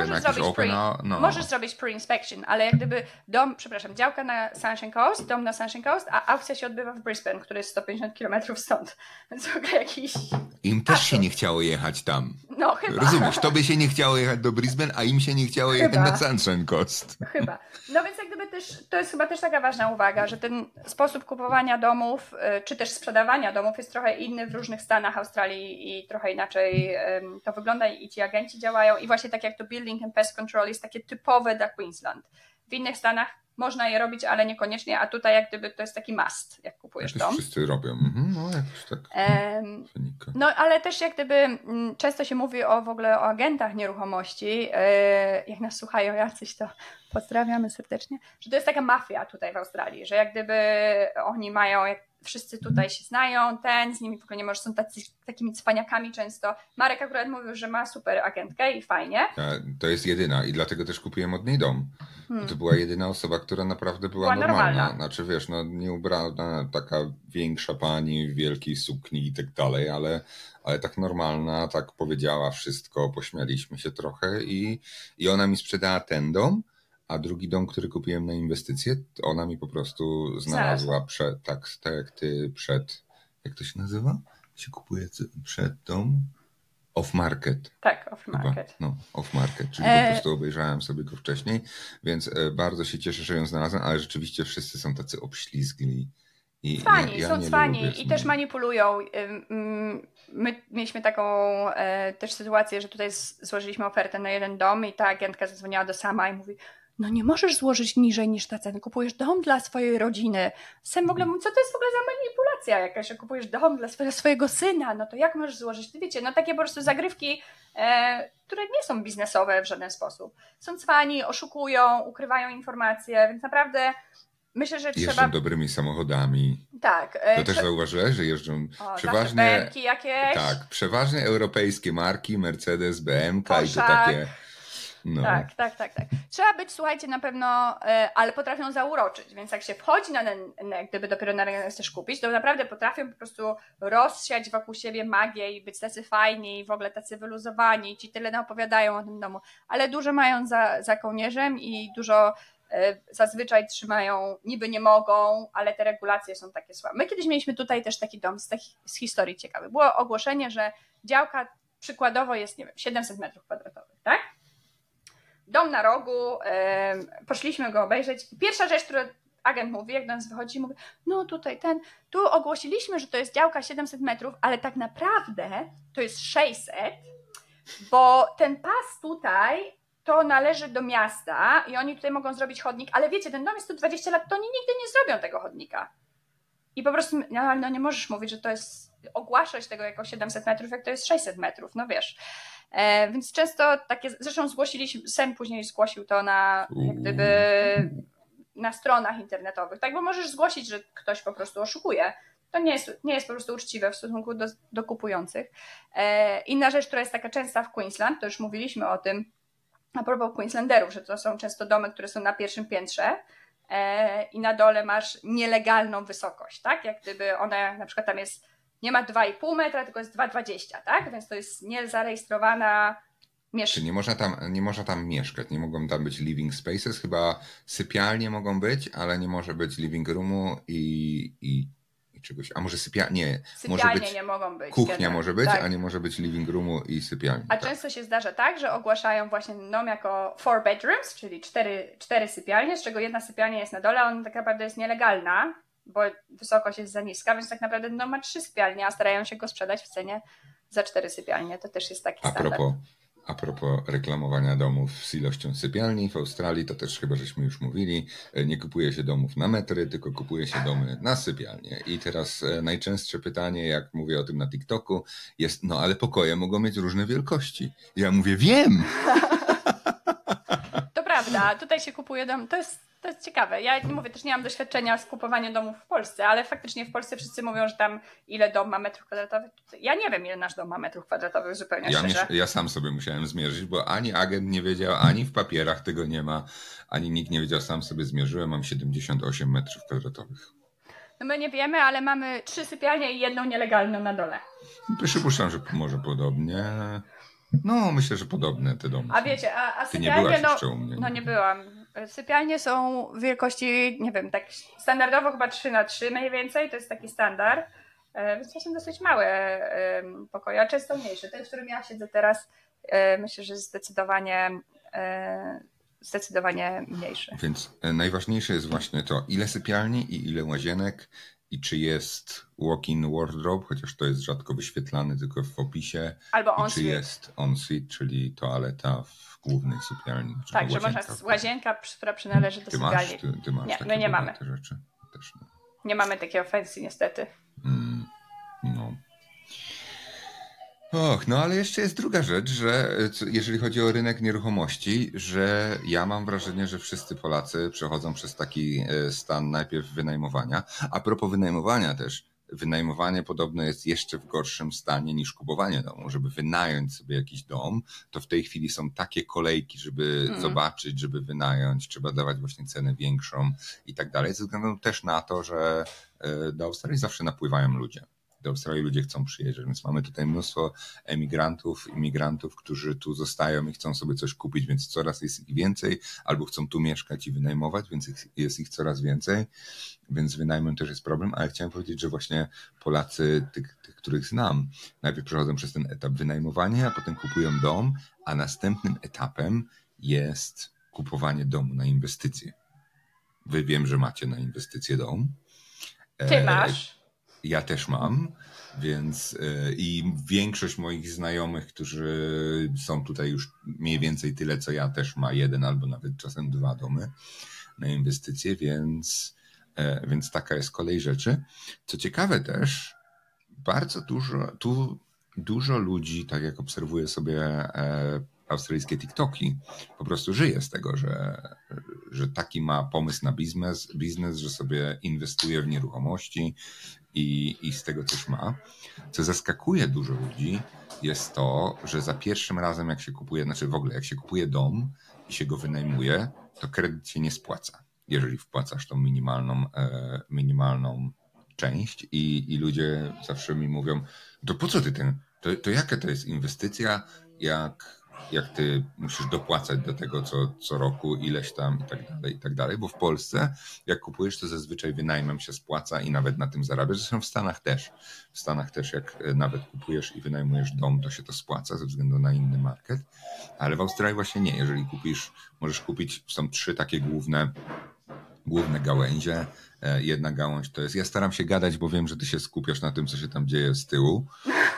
możesz zrobić pre-inspection, ale jak gdyby działka na Sunshine Coast, dom na Sunshine Coast, a aukcja się odbywa w Brisbane, który jest 150 km stąd. Więc w ogóle jakiś... Im też się nie chciało jechać tam. No chyba. Rozumiesz, tobie się nie chciało jechać do Brisbane, a im się nie chciało jechać na Sunshine Coast. Chyba. No więc jak gdyby to jest chyba też taka ważna uwaga, że ten sposób kupowania domów, czy też sprzedawania domów jest trochę inny w różnych stanach Australii i trochę inaczej to wygląda i ci agenci działają i właśnie tak jak to Building and Pest Control jest takie typowe dla Queensland. W innych stanach można je robić, ale niekoniecznie, a tutaj jak gdyby to jest taki must, jak kupujesz dom. Wszyscy robią. No jakoś tak wynika. No ale też jak gdyby często się mówi w ogóle o agentach nieruchomości, jak nas słuchają jacyś, to pozdrawiamy serdecznie, że to jest taka mafia tutaj w Australii, że jak gdyby oni mają, wszyscy tutaj się znają, z nimi w ogóle nie możesz, są takimi cwaniakami często. Marek akurat mówił, że ma super agentkę i fajnie. To jest jedyna i dlatego też kupiłem od niej dom. To była jedyna osoba, która naprawdę była normalna. Znaczy wiesz, no nie ubrana taka większa pani w wielkiej sukni i tak dalej, ale tak normalna, tak powiedziała wszystko, pośmialiśmy się trochę i ona mi sprzedała ten dom, a drugi dom, który kupiłem na inwestycje, to ona mi po prostu znalazła tak jak ty jak to się nazywa? Się kupuje przed dom? Off-market. Tak, off-market. No, off-market, czyli po prostu obejrzałem sobie go wcześniej, więc bardzo się cieszę, że ją znalazłem, ale rzeczywiście wszyscy są tacy obślizgli. Są cwani i też manipulują. My mieliśmy taką też sytuację, że tutaj złożyliśmy ofertę na jeden dom i ta agentka zadzwoniła do sama i mówi: no nie możesz złożyć niżej niż ta cena, kupujesz dom dla swojej rodziny. Sam w ogóle mówię, co to jest w ogóle za manipulacja jakaś, że kupujesz dom dla swojego syna, no to jak możesz złożyć? Wiecie, no takie po prostu zagrywki, które nie są biznesowe w żaden sposób. Są cwani, oszukują, ukrywają informacje, więc naprawdę myślę, że trzeba... Jeżdżą dobrymi samochodami. Tak. To też zauważyłeś, że jeżdżą przeważnie... jakieś. Tak, przeważnie europejskie marki, Mercedes, BMK Porsche. I to takie... No. Tak. Trzeba być, słuchajcie, na pewno, ale potrafią zauroczyć, więc jak się wchodzi na ten, jak gdyby dopiero na rynek chcesz kupić, to naprawdę potrafią po prostu rozsiać wokół siebie magię i być tacy fajni i w ogóle tacy wyluzowani i ci tyle naopowiadają o tym domu, ale dużo mają za kołnierzem i dużo zazwyczaj trzymają, niby nie mogą, ale te regulacje są takie słabe. My kiedyś mieliśmy tutaj też taki dom z historii ciekawy. Było ogłoszenie, że działka przykładowo jest, nie wiem, 700 metrów kwadratowych, tak? Dom na rogu, poszliśmy go obejrzeć. Pierwsza rzecz, którą agent mówi, jak do nas wychodzi, mówi: no tutaj tu ogłosiliśmy, że to jest działka 700 metrów, ale tak naprawdę to jest 600, bo ten pas tutaj to należy do miasta i oni tutaj mogą zrobić chodnik, ale wiecie, ten dom jest tu 20 lat, to oni nigdy nie zrobią tego chodnika. I po prostu, no nie możesz mówić, że to jest, ogłaszać tego jako 700 metrów, jak to jest 600 metrów, no wiesz. Więc często takie, zresztą zgłosiliśmy, Sam później zgłosił to jak gdyby na stronach internetowych, tak, bo możesz zgłosić, że ktoś po prostu oszukuje. To nie jest po prostu uczciwe w stosunku do kupujących. Inna rzecz, która jest taka częsta w Queensland, to już mówiliśmy o tym a propos Queenslanderów, że to są często domy, które są na pierwszym piętrze i na dole masz nielegalną wysokość, tak? Jak gdyby one, na przykład tam jest, nie ma 2,5 metra, tylko jest 2,20, tak? Więc to jest niezarejestrowana Czy nie można tam mieszkać, nie mogą tam być living spaces, chyba sypialnie mogą być, ale nie może być living roomu i czegoś, a może sypialnie może być, nie mogą być. kuchnia może być, tak. a nie może być living roomu i sypialni. A często się zdarza tak, że ogłaszają właśnie dom jako 4 bedrooms, czyli 4 sypialnie, z czego jedna sypialnia jest na dole, a ona tak naprawdę jest nielegalna, bo wysokość jest za niska, więc tak naprawdę dom ma 3 sypialnie, a starają się go sprzedać w cenie za 4 sypialnie. To też jest taki standard. A propos reklamowania domów z ilością sypialni, w Australii to też chyba żeśmy już mówili, nie kupuje się domów na metry, tylko kupuje się domy na sypialnie. I teraz najczęstsze pytanie, jak mówię o tym na TikToku, jest, no ale pokoje mogą mieć różne wielkości. Ja mówię, wiem! To prawda, tutaj się kupuje dom, to jest ciekawe. Ja mówię, też nie mam doświadczenia z kupowaniem domów w Polsce, ale faktycznie w Polsce wszyscy mówią, że tam ile dom ma metrów kwadratowych. Ja nie wiem, ile nasz dom ma metrów kwadratowych, zupełnie szczerze. Ja sam sobie musiałem zmierzyć, bo ani agent nie wiedział, ani w papierach tego nie ma, ani nikt nie wiedział, sam sobie zmierzyłem, mam 78 metrów kwadratowych. No my nie wiemy, ale mamy 3 sypialnie i jedną nielegalną na dole. Przypuszczam, że może podobnie. No, myślę, że podobne te domy. A wiecie, a sypialnie, ty nie byłaś jeszcze u mnie. No nie byłam. Sypialnie są wielkości, nie wiem, tak standardowo chyba 3x3 mniej więcej, to jest taki standard, więc to są dosyć małe pokoje, a często mniejsze. Ten, w którym ja siedzę teraz, myślę, że zdecydowanie mniejszy. Więc najważniejsze jest właśnie to, ile sypialni i ile łazienek i czy jest walk-in wardrobe, chociaż to jest rzadko wyświetlane, tylko w opisie. Albo en-suite. Czy jest en-suite, czyli toaleta w głównej sypialni. Tak, że można łazienka, która przynależy do sypialni. Ty masz nie, takie my nie mamy. Rzeczy też, no. Nie mamy takiej ofensji niestety. No. No ale jeszcze jest druga rzecz, że jeżeli chodzi o rynek nieruchomości, że ja mam wrażenie, że wszyscy Polacy przechodzą przez taki stan najpierw wynajmowania. A propos wynajmowania też, wynajmowanie podobno jest jeszcze w gorszym stanie niż kupowanie domu. Żeby wynająć sobie jakiś dom, to w tej chwili są takie kolejki, żeby zobaczyć, żeby wynająć, trzeba dawać właśnie cenę większą i tak dalej. Ze względu też na to, że do Australii zawsze napływają ludzie. Do Australii ludzie chcą przyjeżdżać, więc mamy tutaj mnóstwo imigrantów, którzy tu zostają i chcą sobie coś kupić, więc coraz jest ich więcej, albo chcą tu mieszkać i wynajmować, więc jest ich coraz więcej, więc wynajmem też jest problem, ale chciałem powiedzieć, że właśnie Polacy, tych, których znam, najpierw przechodzą przez ten etap wynajmowania, a potem kupują dom, a następnym etapem jest kupowanie domu na inwestycje. Wy wiem, że macie na inwestycje dom. Ty masz. Ja też mam, więc i większość moich znajomych, którzy są tutaj już mniej więcej tyle, co ja, też ma 1 albo nawet czasem 2 domy na inwestycje, więc taka jest kolej rzeczy. Co ciekawe też, bardzo dużo ludzi, tak jak obserwuję sobie australijskie TikToki, po prostu żyje z tego, że taki ma pomysł na biznes, że sobie inwestuje w nieruchomości i z tego coś ma. Co zaskakuje dużo ludzi, jest to, że za pierwszym razem jak się kupuje, znaczy w ogóle jak się kupuje dom i się go wynajmuje, to kredyt się nie spłaca, jeżeli wpłacasz tą minimalną część i ludzie zawsze mi mówią, to po co ty to jaka to jest inwestycja, jak ty musisz dopłacać do tego co roku ileś tam i tak dalej, bo w Polsce jak kupujesz, to zazwyczaj wynajmem się spłaca i nawet na tym zarabiasz. Zresztą w Stanach też. W Stanach też jak nawet kupujesz i wynajmujesz dom, to się to spłaca ze względu na inny market, ale w Australii właśnie nie. Jeżeli możesz kupić, są 3 takie główne gałęzie. Jedna gałąź to jest, ja staram się gadać, bo wiem, że ty się skupiasz na tym, co się tam dzieje z tyłu.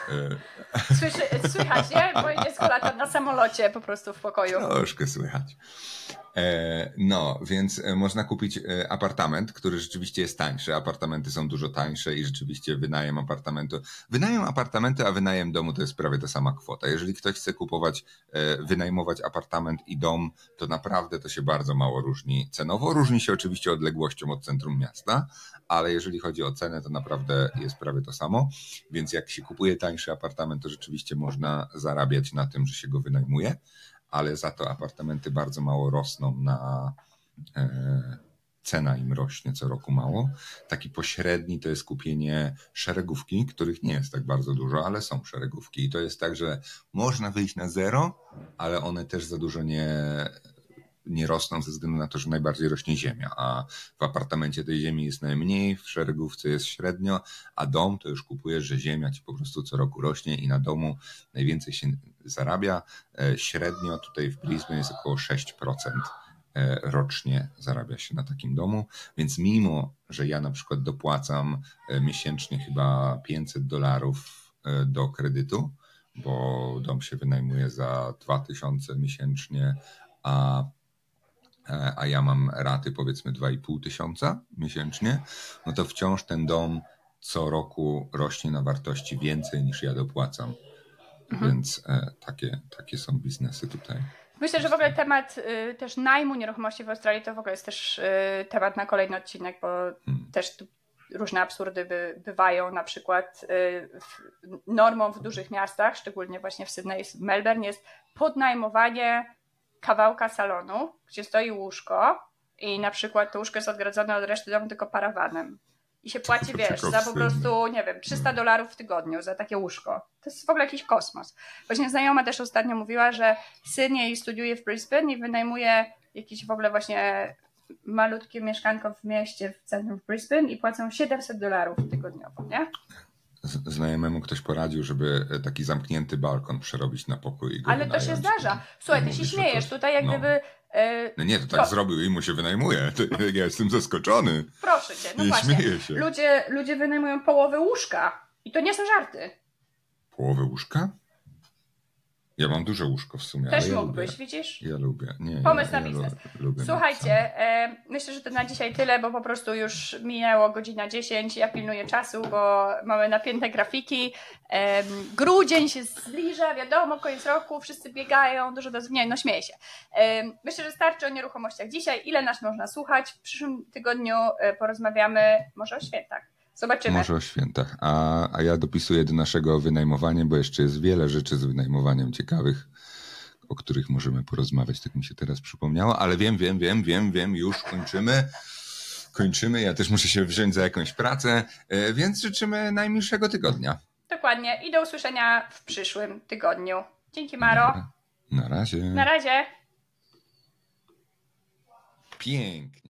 Słychać, nie? Bo jest lata na samolocie po prostu w pokoju. Troszkę słychać. No, więc można kupić apartament, który rzeczywiście jest tańszy. Apartamenty są dużo tańsze i rzeczywiście wynajem apartamentu, a wynajem domu to jest prawie ta sama kwota. Jeżeli ktoś chce wynajmować apartament i dom, to naprawdę to się bardzo mało różni cenowo. Różni się oczywiście odległością od centrum miasta. miasta, ale jeżeli chodzi o cenę, to naprawdę jest prawie to samo, więc jak się kupuje tańszy apartament, to rzeczywiście można zarabiać na tym, że się go wynajmuje, ale za to apartamenty bardzo mało rosną cena im rośnie co roku mało. Taki pośredni to jest kupienie szeregówki, których nie jest tak bardzo dużo, ale są szeregówki. I to jest tak, że można wyjść na zero, ale one też za dużo nie rosną ze względu na to, że najbardziej rośnie ziemia, a w apartamencie tej ziemi jest najmniej, w szeregówce jest średnio, a dom to już kupujesz, że ziemia ci po prostu co roku rośnie i na domu najwięcej się zarabia. Średnio tutaj w Brisbane jest około 6% rocznie zarabia się na takim domu, więc mimo, że ja na przykład dopłacam miesięcznie chyba $500 do kredytu, bo dom się wynajmuje za 2000 miesięcznie, a ja mam raty powiedzmy 2500 miesięcznie, no to wciąż ten dom co roku rośnie na wartości więcej niż ja dopłacam. Więc takie są biznesy tutaj. Myślę, że w ogóle temat też najmu nieruchomości w Australii to w ogóle jest też temat na kolejny odcinek, bo też tu różne absurdy bywają. Na przykład normą w dużych miastach, szczególnie właśnie w Sydney, w Melbourne, jest podnajmowanie kawałka salonu, gdzie stoi łóżko i na przykład to łóżko jest odgrodzone od reszty domu tylko parawanem. I się płaci, wiesz, za po prostu, nie wiem, $300 w tygodniu za takie łóżko. To jest w ogóle jakiś kosmos. Właśnie znajoma też ostatnio mówiła, że syn studiuje w Brisbane i wynajmuje jakieś w ogóle właśnie malutkie mieszkanko w mieście w centrum Brisbane i płacą $700 tygodniowo, nie? Znajomemu ktoś poradził, żeby taki zamknięty balkon przerobić na pokój. Ale to się zdarza. Słuchaj, ty się śmiejesz tutaj, jak gdyby... No nie, to tak zrobił i mu się wynajmuje. Ja jestem zaskoczony. Proszę cię, no nie właśnie. Śmieję się. Ludzie wynajmują połowę łóżka. I to nie są żarty. Połowę łóżka? Ja mam duże łóżko w sumie. Też ale mógłbyś, widzisz? Ja lubię. Pomysł na biznes. Lubię Słuchajcie, myślę, że to na dzisiaj tyle, bo po prostu już minęło 10:00. Ja pilnuję czasu, bo mamy napięte grafiki. Grudzień się zbliża, wiadomo, koniec roku, wszyscy biegają, dużo do zmian, no śmieję się. Myślę, że starczy o nieruchomościach dzisiaj. Ile nas można słuchać? W przyszłym tygodniu porozmawiamy może o świętach. Zobaczymy. Może o świętach. A ja dopisuję do naszego wynajmowania, bo jeszcze jest wiele rzeczy z wynajmowaniem ciekawych, o których możemy porozmawiać. Tak mi się teraz przypomniało, ale wiem, już kończymy. Ja też muszę się wziąć za jakąś pracę, więc życzymy najmilszego tygodnia. Dokładnie i do usłyszenia w przyszłym tygodniu. Dzięki, Maro. Na razie. Na razie. Pięknie.